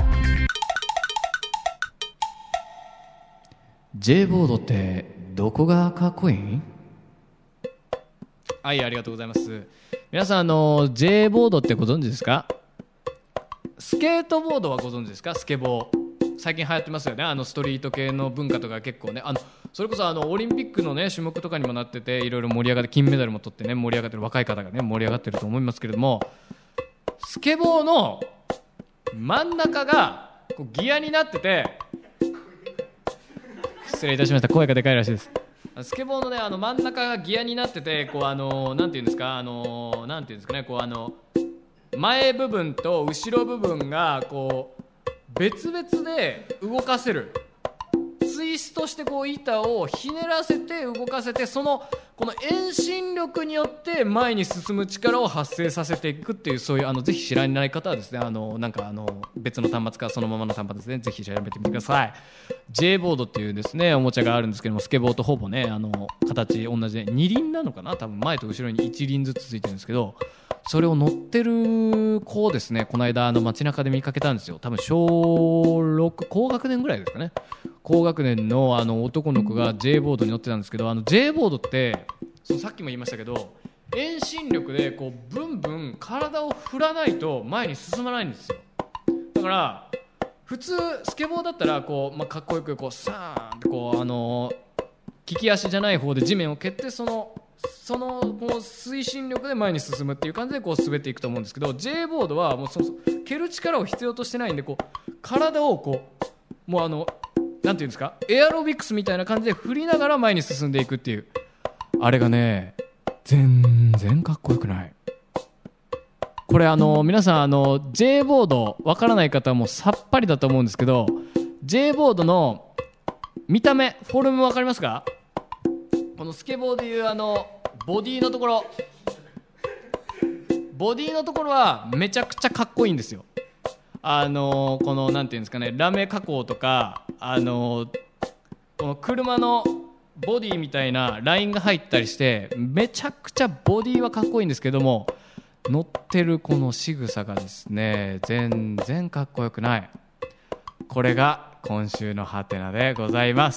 J ボードってどこがかっこいいん？はい、ありがとうございます。皆さんあの J ボードってご存知ですか？スケートボードはご存知ですか？スケボー最近流行ってますよね。あのストリート系の文化とか結構ね、あのそれこそあのオリンピックのね種目とかにもなってて、いろいろ盛り上がって金メダルも取ってね盛り上がってる若い方がね盛り上がってると思いますけれども、スケボーの真ん中がこうギアになってて、失礼いたしました、声がでかいらしいです。 スケボーのねあの真ん中がギアになっててこうあのなんていうんですかあのなんていうんですかねこうあの前部分と後ろ部分がこう別々で動かせるツイストしてこう板をひねらせて動かせてそのこの遠心力によって前に進む力を発生させていくっていうそういうあのぜひ知らない方はですねあのなんかあの別の端末かそのままの端末ですねぜひ調べてみてください。 J ボードっていうですねおもちゃがあるんですけどもスケボーとほぼねあの形同じで二輪なのかな多分前と後ろに一輪ずつついてるんですけどそれを乗ってる子をですねこの間あの街中で見かけたんですよ。多分小ろく高学年ぐらいですかね高学年 の, あの男の子が J ボードに乗ってたんですけどあの J ボードってそのさっきも言いましたけど遠心力でこうブンブン体を振らないと前に進まないんですよ。だから普通スケボーだったらこう、まあ、かっこよくこうサーンってこうあの利き足じゃない方で地面を蹴ってそのそのこう推進力で前に進むっていう感じでこう滑っていくと思うんですけど J ボードはもうそもそも蹴る力を必要としてないんでこう体をこうもうあのなんていうんですかエアロビクスみたいな感じで振りながら前に進んでいくっていうあれがね全然かっこよくない。これあの皆さんあの J ボードわからない方はもうさっぱりだと思うんですけど J ボードの見た目フォルムわかりますか？このスケボーでいうあのボディのところボディのところはめちゃくちゃかっこいいんですよ。あのこのなんていうんですかねラメ加工とかあのこの車のボディみたいなラインが入ったりしてめちゃくちゃボディはかっこいいんですけども乗ってるこの仕草がですね全然かっこよくない。これが今週のハテナでございます。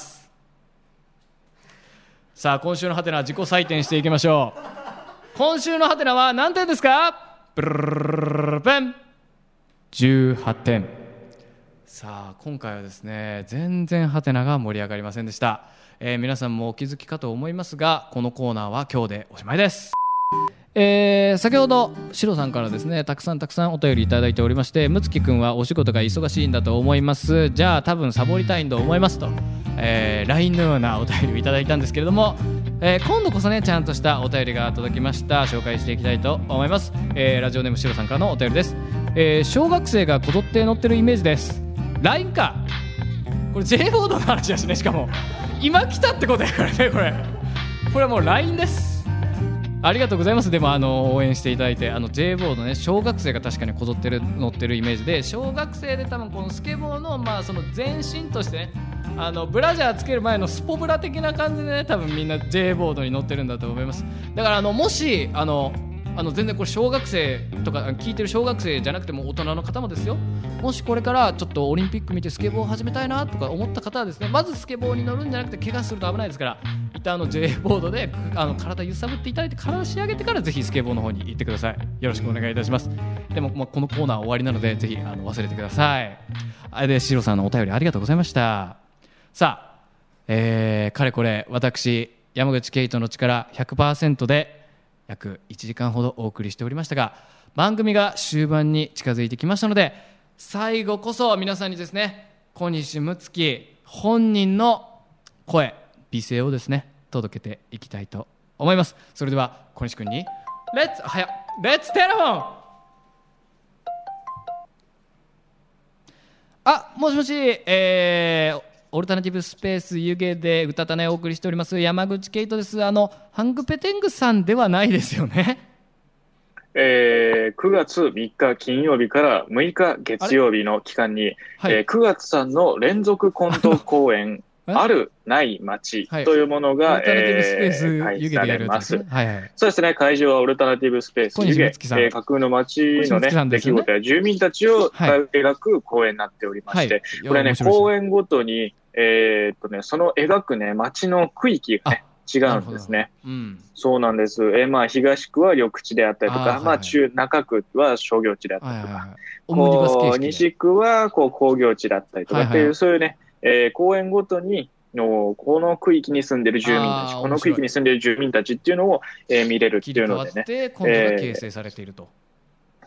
さあ今週のハテナ自己採点していきましょう。今週のハテナは何点ですか？ブルルルルルペンじゅうはってん。さあ今回はですね全然ハテナが盛り上がりませんでした、えー、皆さんもお気づきかと思いますがこのコーナーは今日でおしまいです。えー、先ほどシロさんからですねたくさんたくさんお便りいただいておりましてむつきくんはお仕事が忙しいんだと思います。じゃあ多分サボりたいんと思いますと、えー、ライン のようなお便りをいただいたんですけれども、えー、今度こそねちゃんとしたお便りが届きました。紹介していきたいと思います、えー、ラジオネームシロさんからのお便りです、えー、小学生がこぞって乗ってるイメージです。 ライン かこれ J ボードの話だしねしかも今来たってことやからねこれこれはもう ライン です。ありがとうございます。でもあの応援していただいてあの J ボードね小学生が確かにこぞってる乗ってるイメージで小学生で多分このスケボーのまあその前身としてねあのブラジャーつける前のスポブラ的な感じでね多分みんな J ボードに乗ってるんだと思います。だからあのもしあのあの全然これ小学生とか聞いてる小学生じゃなくても大人の方もですよもしこれからちょっとオリンピック見てスケボーを始めたいなとか思った方はですねまずスケボーに乗るんじゃなくて怪我すると危ないですから一旦あの J ボードであの体揺さぶっていただいて体仕上げてからぜひスケボーの方に行ってください。よろしくお願いいたします。でも、まあ、このコーナー終わりなのでぜひあの忘れてください。あれでシロさんのお便りありがとうございました。さあ、えー、かれこれ私山口ケイトの力 ひゃくパーセント で約いちじかんほどお送りしておりましたが番組が終盤に近づいてきましたので最後こそ皆さんにですね小西睦月本人の声美声をですね届けていきたいと思います。それでは小西君にレッツはやレッツテレフォンあもしもしえーオルタナティブスペース湯気で歌たねお送りしております山口ケイトです。あのハングペテングさんではないですよね。 えー、くがつみっか金曜日からむいか月曜日の期間に、はいえー、くがつさんの連続コント公演あるない街というものが、はいえー、開催されます、はいはい、そうですね。会場はオルタナティブスペース湯気、えー、架空の街の、ね、出来事や住民たちを描く公演になっておりまして、はい、これね公演ごとに、えーっとね、その描くね街の区域がね違うんですね、うん、そうなんです、えーまあ、東区は緑地であったりとか、あ、まあ、中中区は商業地であったりとか、はいはいはい、こう西区はこう工業地だったりとかっていう、はいはい、そういうね、えー、公園ごとにのこの区域に住んでる住民たちこの区域に住んでる住民たちっていうのを、えー、見れるっていうのでね切り替わって今度が形成されていると、 えー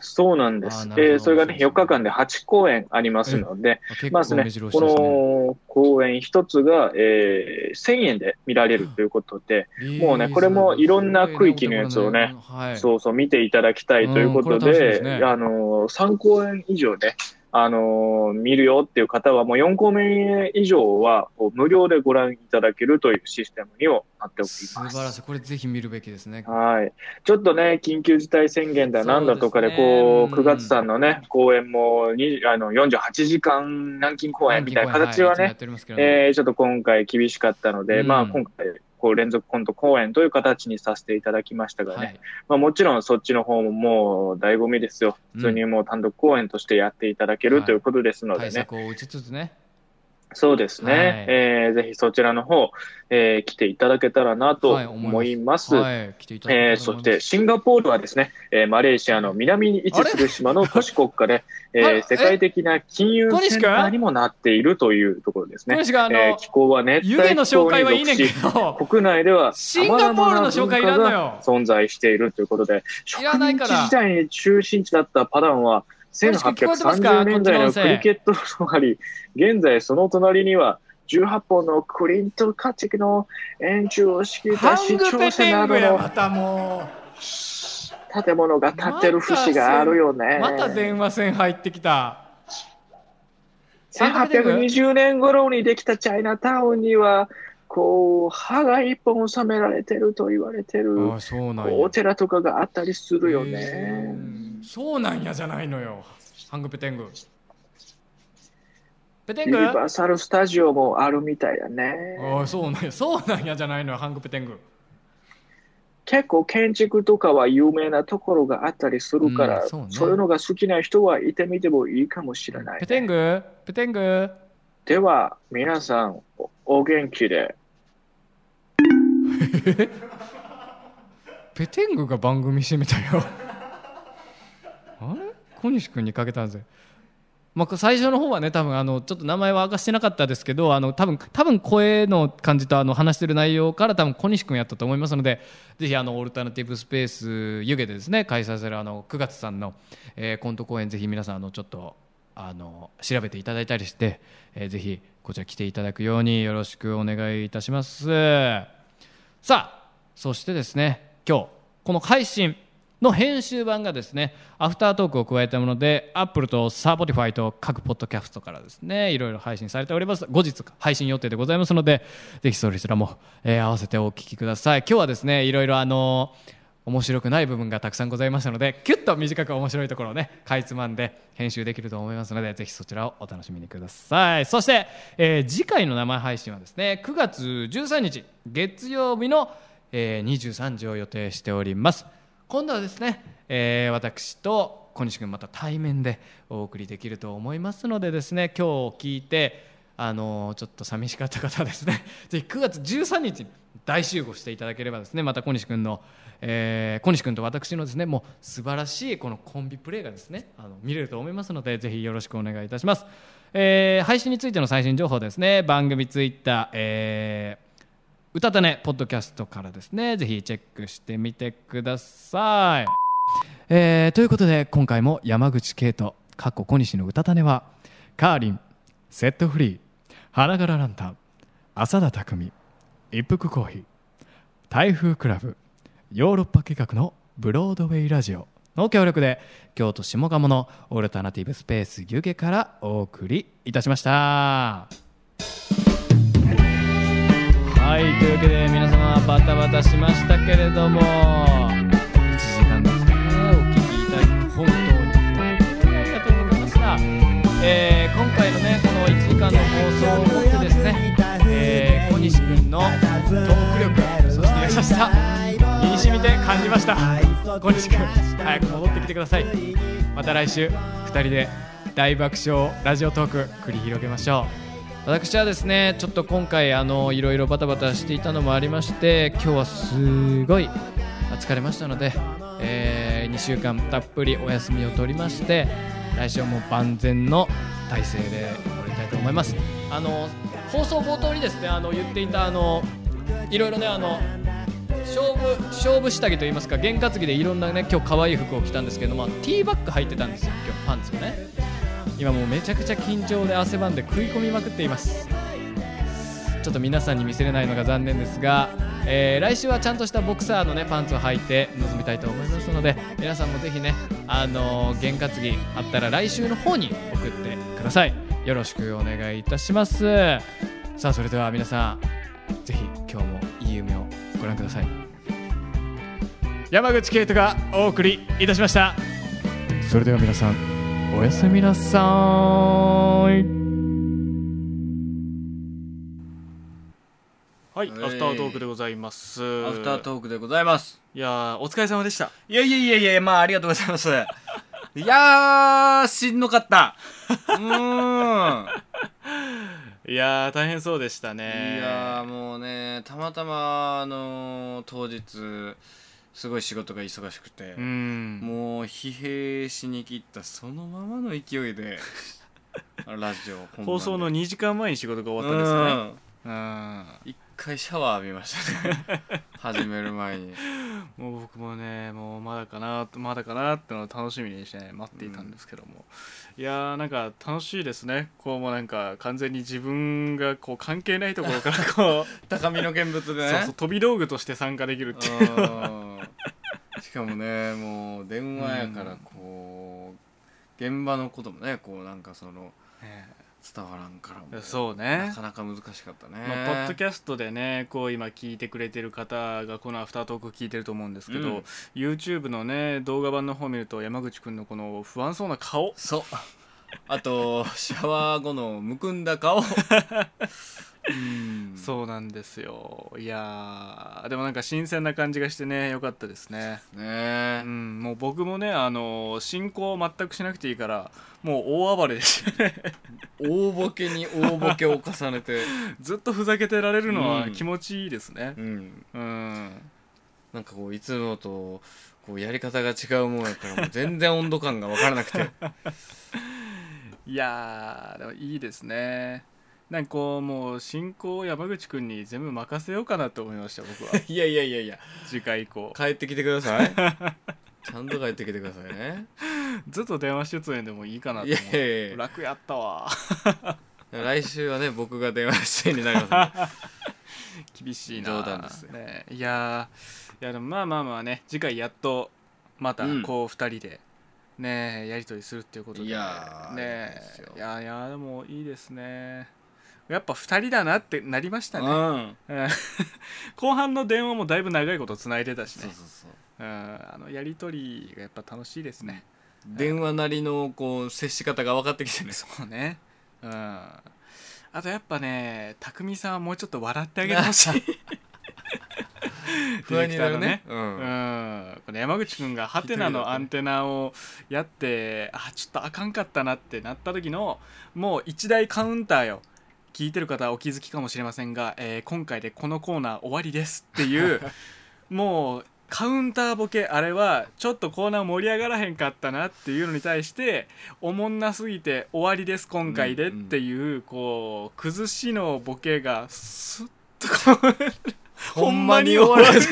そうなんです。えー、それがね、よっかかんではちこうえんありますので、まずね、この公演一つが、えー、せんえんで見られるということで、えー、もうね、これもいろんな区域のやつをね、はい、そうそう見ていただきたいということで、うん、ね、あのー、さんこうえん以上ね、あのー、見るよっていう方はもうよんこうめ以上は無料でご覧いただけるというシステムにもなっております。 素晴らしい。これぜひ見るべきですね。 はい。ちょっとね、緊急事態宣言だなんだとかで、こう、くがつさんのね、公演もにあのよんじゅうはちじかん軟禁公演みたいな形はね、はい、えー、ちょっと今回厳しかったので、うん、まあ今回、こう連続コント公演という形にさせていただきましたがね、はい、まあ、もちろんそっちの方ももう醍醐味ですよ。普通にもう単独公演としてやっていただける、うん、ということですのでね。対策を打ちつつね。 そうですね、はい、えー、ぜひそちらの方、えー、来ていただけたらなと思います。はい、はい、来ていただけたらと思います。えー、そしてシンガポールはですね、えー、マレーシアの南に位置する島の都市国家で、えー、世界的な金融センターにもなっているというところですね。えー、気候は熱帯気候に属し、国内では様々な文化が存在しているということで、植民地時代に中心地だったパダンはせんはっぴゃくさんじゅうねんだいのクリケットがあり、現在その隣にはじゅうはっぽんのクリント家畜の円柱を敷いた市庁舎などの建物が建ってる節があるよね。 また電話線入ってきた。 せんはっぴゃくにじゅうねん頃にできたチャイナタウンにはこう歯が一本収められてると言われてるお寺とかがあったりするよね。 そうなんやじゃないのよ。ハングペテング。ペテング。 ユニバーサルスタジオもあるみたいだね。 ああ、そうなんや。そうなんやじゃないのよ、ハングペテング。 結構建築とかは有名なところがあったりするから、うん、そうね、そういうのが好きな人はいてみてもいいかもしれない、ね。 ペテングペテング。 では、皆さん、お、お元気で。 ペテングが番組してみたよ。あれ小西君にかけたんですよ。まあ、最初の方はね、多分あのちょっと名前は明かしてなかったですけど、あの多分多分声の感じとあの話してる内容から多分小西君やったと思いますので、ぜひあのオルタナティブスペース湯気でですね開催されるあのくがつさんの、えー、コント公演、ぜひ皆さんあのちょっとあの調べていただいたりして、えー、ぜひこちら来ていただくようによろしくお願いいたします。さあ、そしてですね、今日この配信の編集版がですね、アフタートークを加えたもので Apple と Spotify と各ポッドキャストからですね、いろいろ配信されております。後日配信予定でございますので、ぜひそちらも、えー、合わせてお聞きください。今日はですね、いろいろあの面白くない部分がたくさんございましたので、キュッと短く面白いところをねかいつまんで編集できると思いますので、ぜひそちらをお楽しみにください。そして、えー、次回の生配信はですね、くがつじゅうさんにち月曜日の、えー、にじゅうさんじを予定しております。今度はですね、えー、私と小西君また対面でお送りできると思いますのでですね、今日聞いてあのー、ちょっと寂しかった方はですね、ぜひくがつじゅうさんにちに大集合していただければですね、また小西君の、えー、小西君と私のですね、もう素晴らしいこのコンビプレーがですね、あの見れると思いますので、ぜひよろしくお願いいたします。えー、配信についての最新情報ですね、番組ツイッター、えーうたたねポッドキャストからですね、ぜひチェックしてみてください。えー、ということで今回も山口圭人かっこ小西のうたたねはカーリン、セットフリー、花柄ランタン、浅田匠、一服コーヒー、台風クラブ、ヨーロッパ企画のブロードウェイラジオの協力で京都下鴨のオルタナティブスペース湯気からお送りいたしました。はい、というわけで皆様バタバタしましたけれども、いちじかんですね、お聞きいただき本当にありがとうございました。えー、今回のねこのいちじかんの放送をもってですね、えー、小西君のトーク力、そして優しさ身に染みて感じました。小西君早く戻ってきてください。また来週ふたりで大爆笑ラジオトーク繰り広げましょう。私はですね、ちょっと今回あのいろいろバタバタしていたのもありまして、今日はすごい疲れましたので、えー、にしゅうかんたっぷりお休みを取りまして、来週も万全の体制でおりたいと思います。あの放送冒頭にですね、あの言っていたあのいろいろね、あの勝負勝負下着といいますか験担ぎでいろんなね今日可愛い服を着たんですけど、まあ、ティーバッグ履いてたんですよ今日パンツをね。今もうめちゃくちゃ緊張で汗ばんで食い込みまくっています。ちょっと皆さんに見せれないのが残念ですが、えー、来週はちゃんとしたボクサーのねパンツを履いて臨みたいと思いますので、皆さんもぜひねあのー、験担ぎあったら来週の方に送ってください。よろしくお願いいたします。さあそれでは皆さんぜひ今日もいい夢をご覧ください。山口圭人がお送りいたしました。それでは皆さんおやすみなさい。 はい、アフタートークでございます。 アフタートークでございます。 いやーお疲れ様でした。 いやいやいやいや、まあありがとうございます。いやーしんどかった。うーんいやー大変そうでしたね。 いやーもうね、たまたまあのー、当日すごい仕事が忙しくて、 うんもう疲弊しに切ったそのままの勢いでラジオ本番で放送のにじかんまえに仕事が終わったんですね。 うん、一回シャワー浴びましたね始める前に。 もう僕もねもうまだかなまだかなってのを楽しみにして、ね、待っていたんですけども、うん、いやーなんか楽しいですね。こうもうなんか完全に自分がこう関係ないところからこう高みの見物でねそうそう飛び道具として参加できるっていうしかもねもう電話やからこう、うん、現場のこともねこうなんかその、ね伝わらんからもそうねなかなか難しかったね、 まあ、ポッドキャストでねこう今聞いてくれてる方がこのアフタートーク聞いてると思うんですけど、うん、YouTube のね動画版の方見ると山口くんのこの不安そうな顔、 そうあとシャワー後のむくんだ顔うんそうなんですよ。いやでもなんか新鮮な感じがしてね良かったですね。 ね、 うん、もう僕もねあの進行全くしなくていいからもう大暴れでしたね大ボケに大ボケを重ねてずっとふざけてられるのは気持ちいいですね。 うん、 うん、 なんかこういつもとこうやり方が違うもんやからもう全然温度感が分からなくていやーでもいいですね。なんかこうもう進行を山口くんに全部任せようかなと思いました僕は。 いやいやいやいや次回以降帰ってきてくださいちゃんと帰ってきてくださいねずっと電話出演でもいいかなと思う。 いやいやいや楽やったわ来週はね僕が電話出演になります厳しいな。 冗談ですよ、 ね、いやいやでもまあまあまあね次回やっとまたこうふたりでねやり取りするっていうことで、 いやーねいやいやでもいいですね。やっぱふたりだなってなりましたね、うん、後半の電話もだいぶ長いことつないでたしね。 そうそうそう、 うん、あのやり取りがやっぱ楽しいですね。 電話なりのこう接し方が分かってきてね。 そうね、うん、あとやっぱね匠さんはもうちょっと笑ってあげてほしい不安になるね、 うんうん、この山口くんがハテナのアンテナをやってあちょっとあかんかったなってなった時のもう一大カウンターよ。聞いてる方はお気づきかもしれませんが、えー、今回でこのコーナー終わりですっていうもうカウンターボケ、あれはちょっとコーナー盛り上がらへんかったなっていうのに対しておもんなすぎて終わりです今回でっていう、うんうん、こう崩しのボケがスッとこうほんまに終わる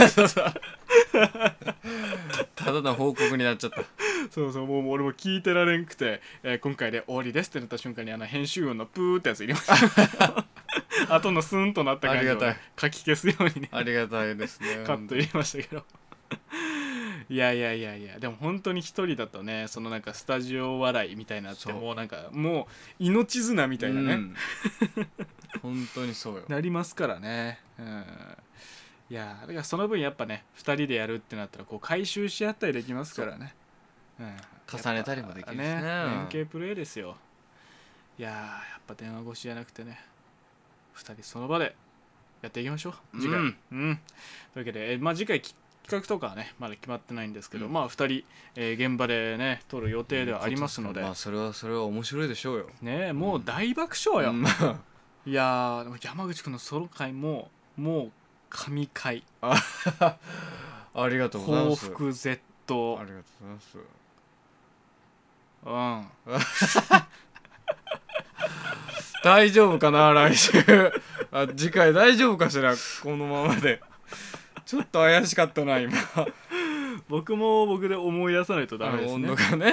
ただの報告になっちゃった。 そうそう、もう俺も聞いてられんくて、えー、今回で終わりですってなった瞬間にあの編集音のプーってやつ入れました後のスンとなった感じを書き消すようにねありがたいですねカット入れましたけどいやいやいやいや、でも本当に一人だとねそのなんかスタジオ笑いみたいなってもうなんかもう命綱みたいなね、うん、 本当にそうよなりますからね、うん、いやだからその分やっぱねふたりでやるってなったらこう回収し合ったりできますからね、うん、 重ねたりもできるしね、 ね、連携プレーですよ。いややっぱ電話越しじゃなくてねふたりその場でやっていきましょう次回、うんうん、というわけで、えまあ、次回企画とかはねまだ決まってないんですけど、うん、まあふたり、えー、現場でね撮る予定ではありますので、 まあそれはそれは面白いでしょうよね。もう大爆笑よ、うん、いやでも山口くんのソロ回ももう神回あありがとうございます。 報復 Z ありがとうございます。うん大丈夫かな来週あ次回大丈夫かしらこのままでちょっと怪しかったな今僕も僕で思い出さないとダメですね。 温度がね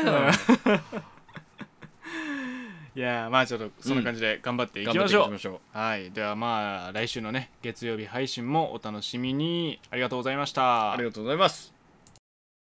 いやまあちょっとそんな感じで頑張っていきましょう、うん、ましょう。はい、ではまあ来週のね月曜日配信もお楽しみに。ありがとうございました。 ありがとうございます。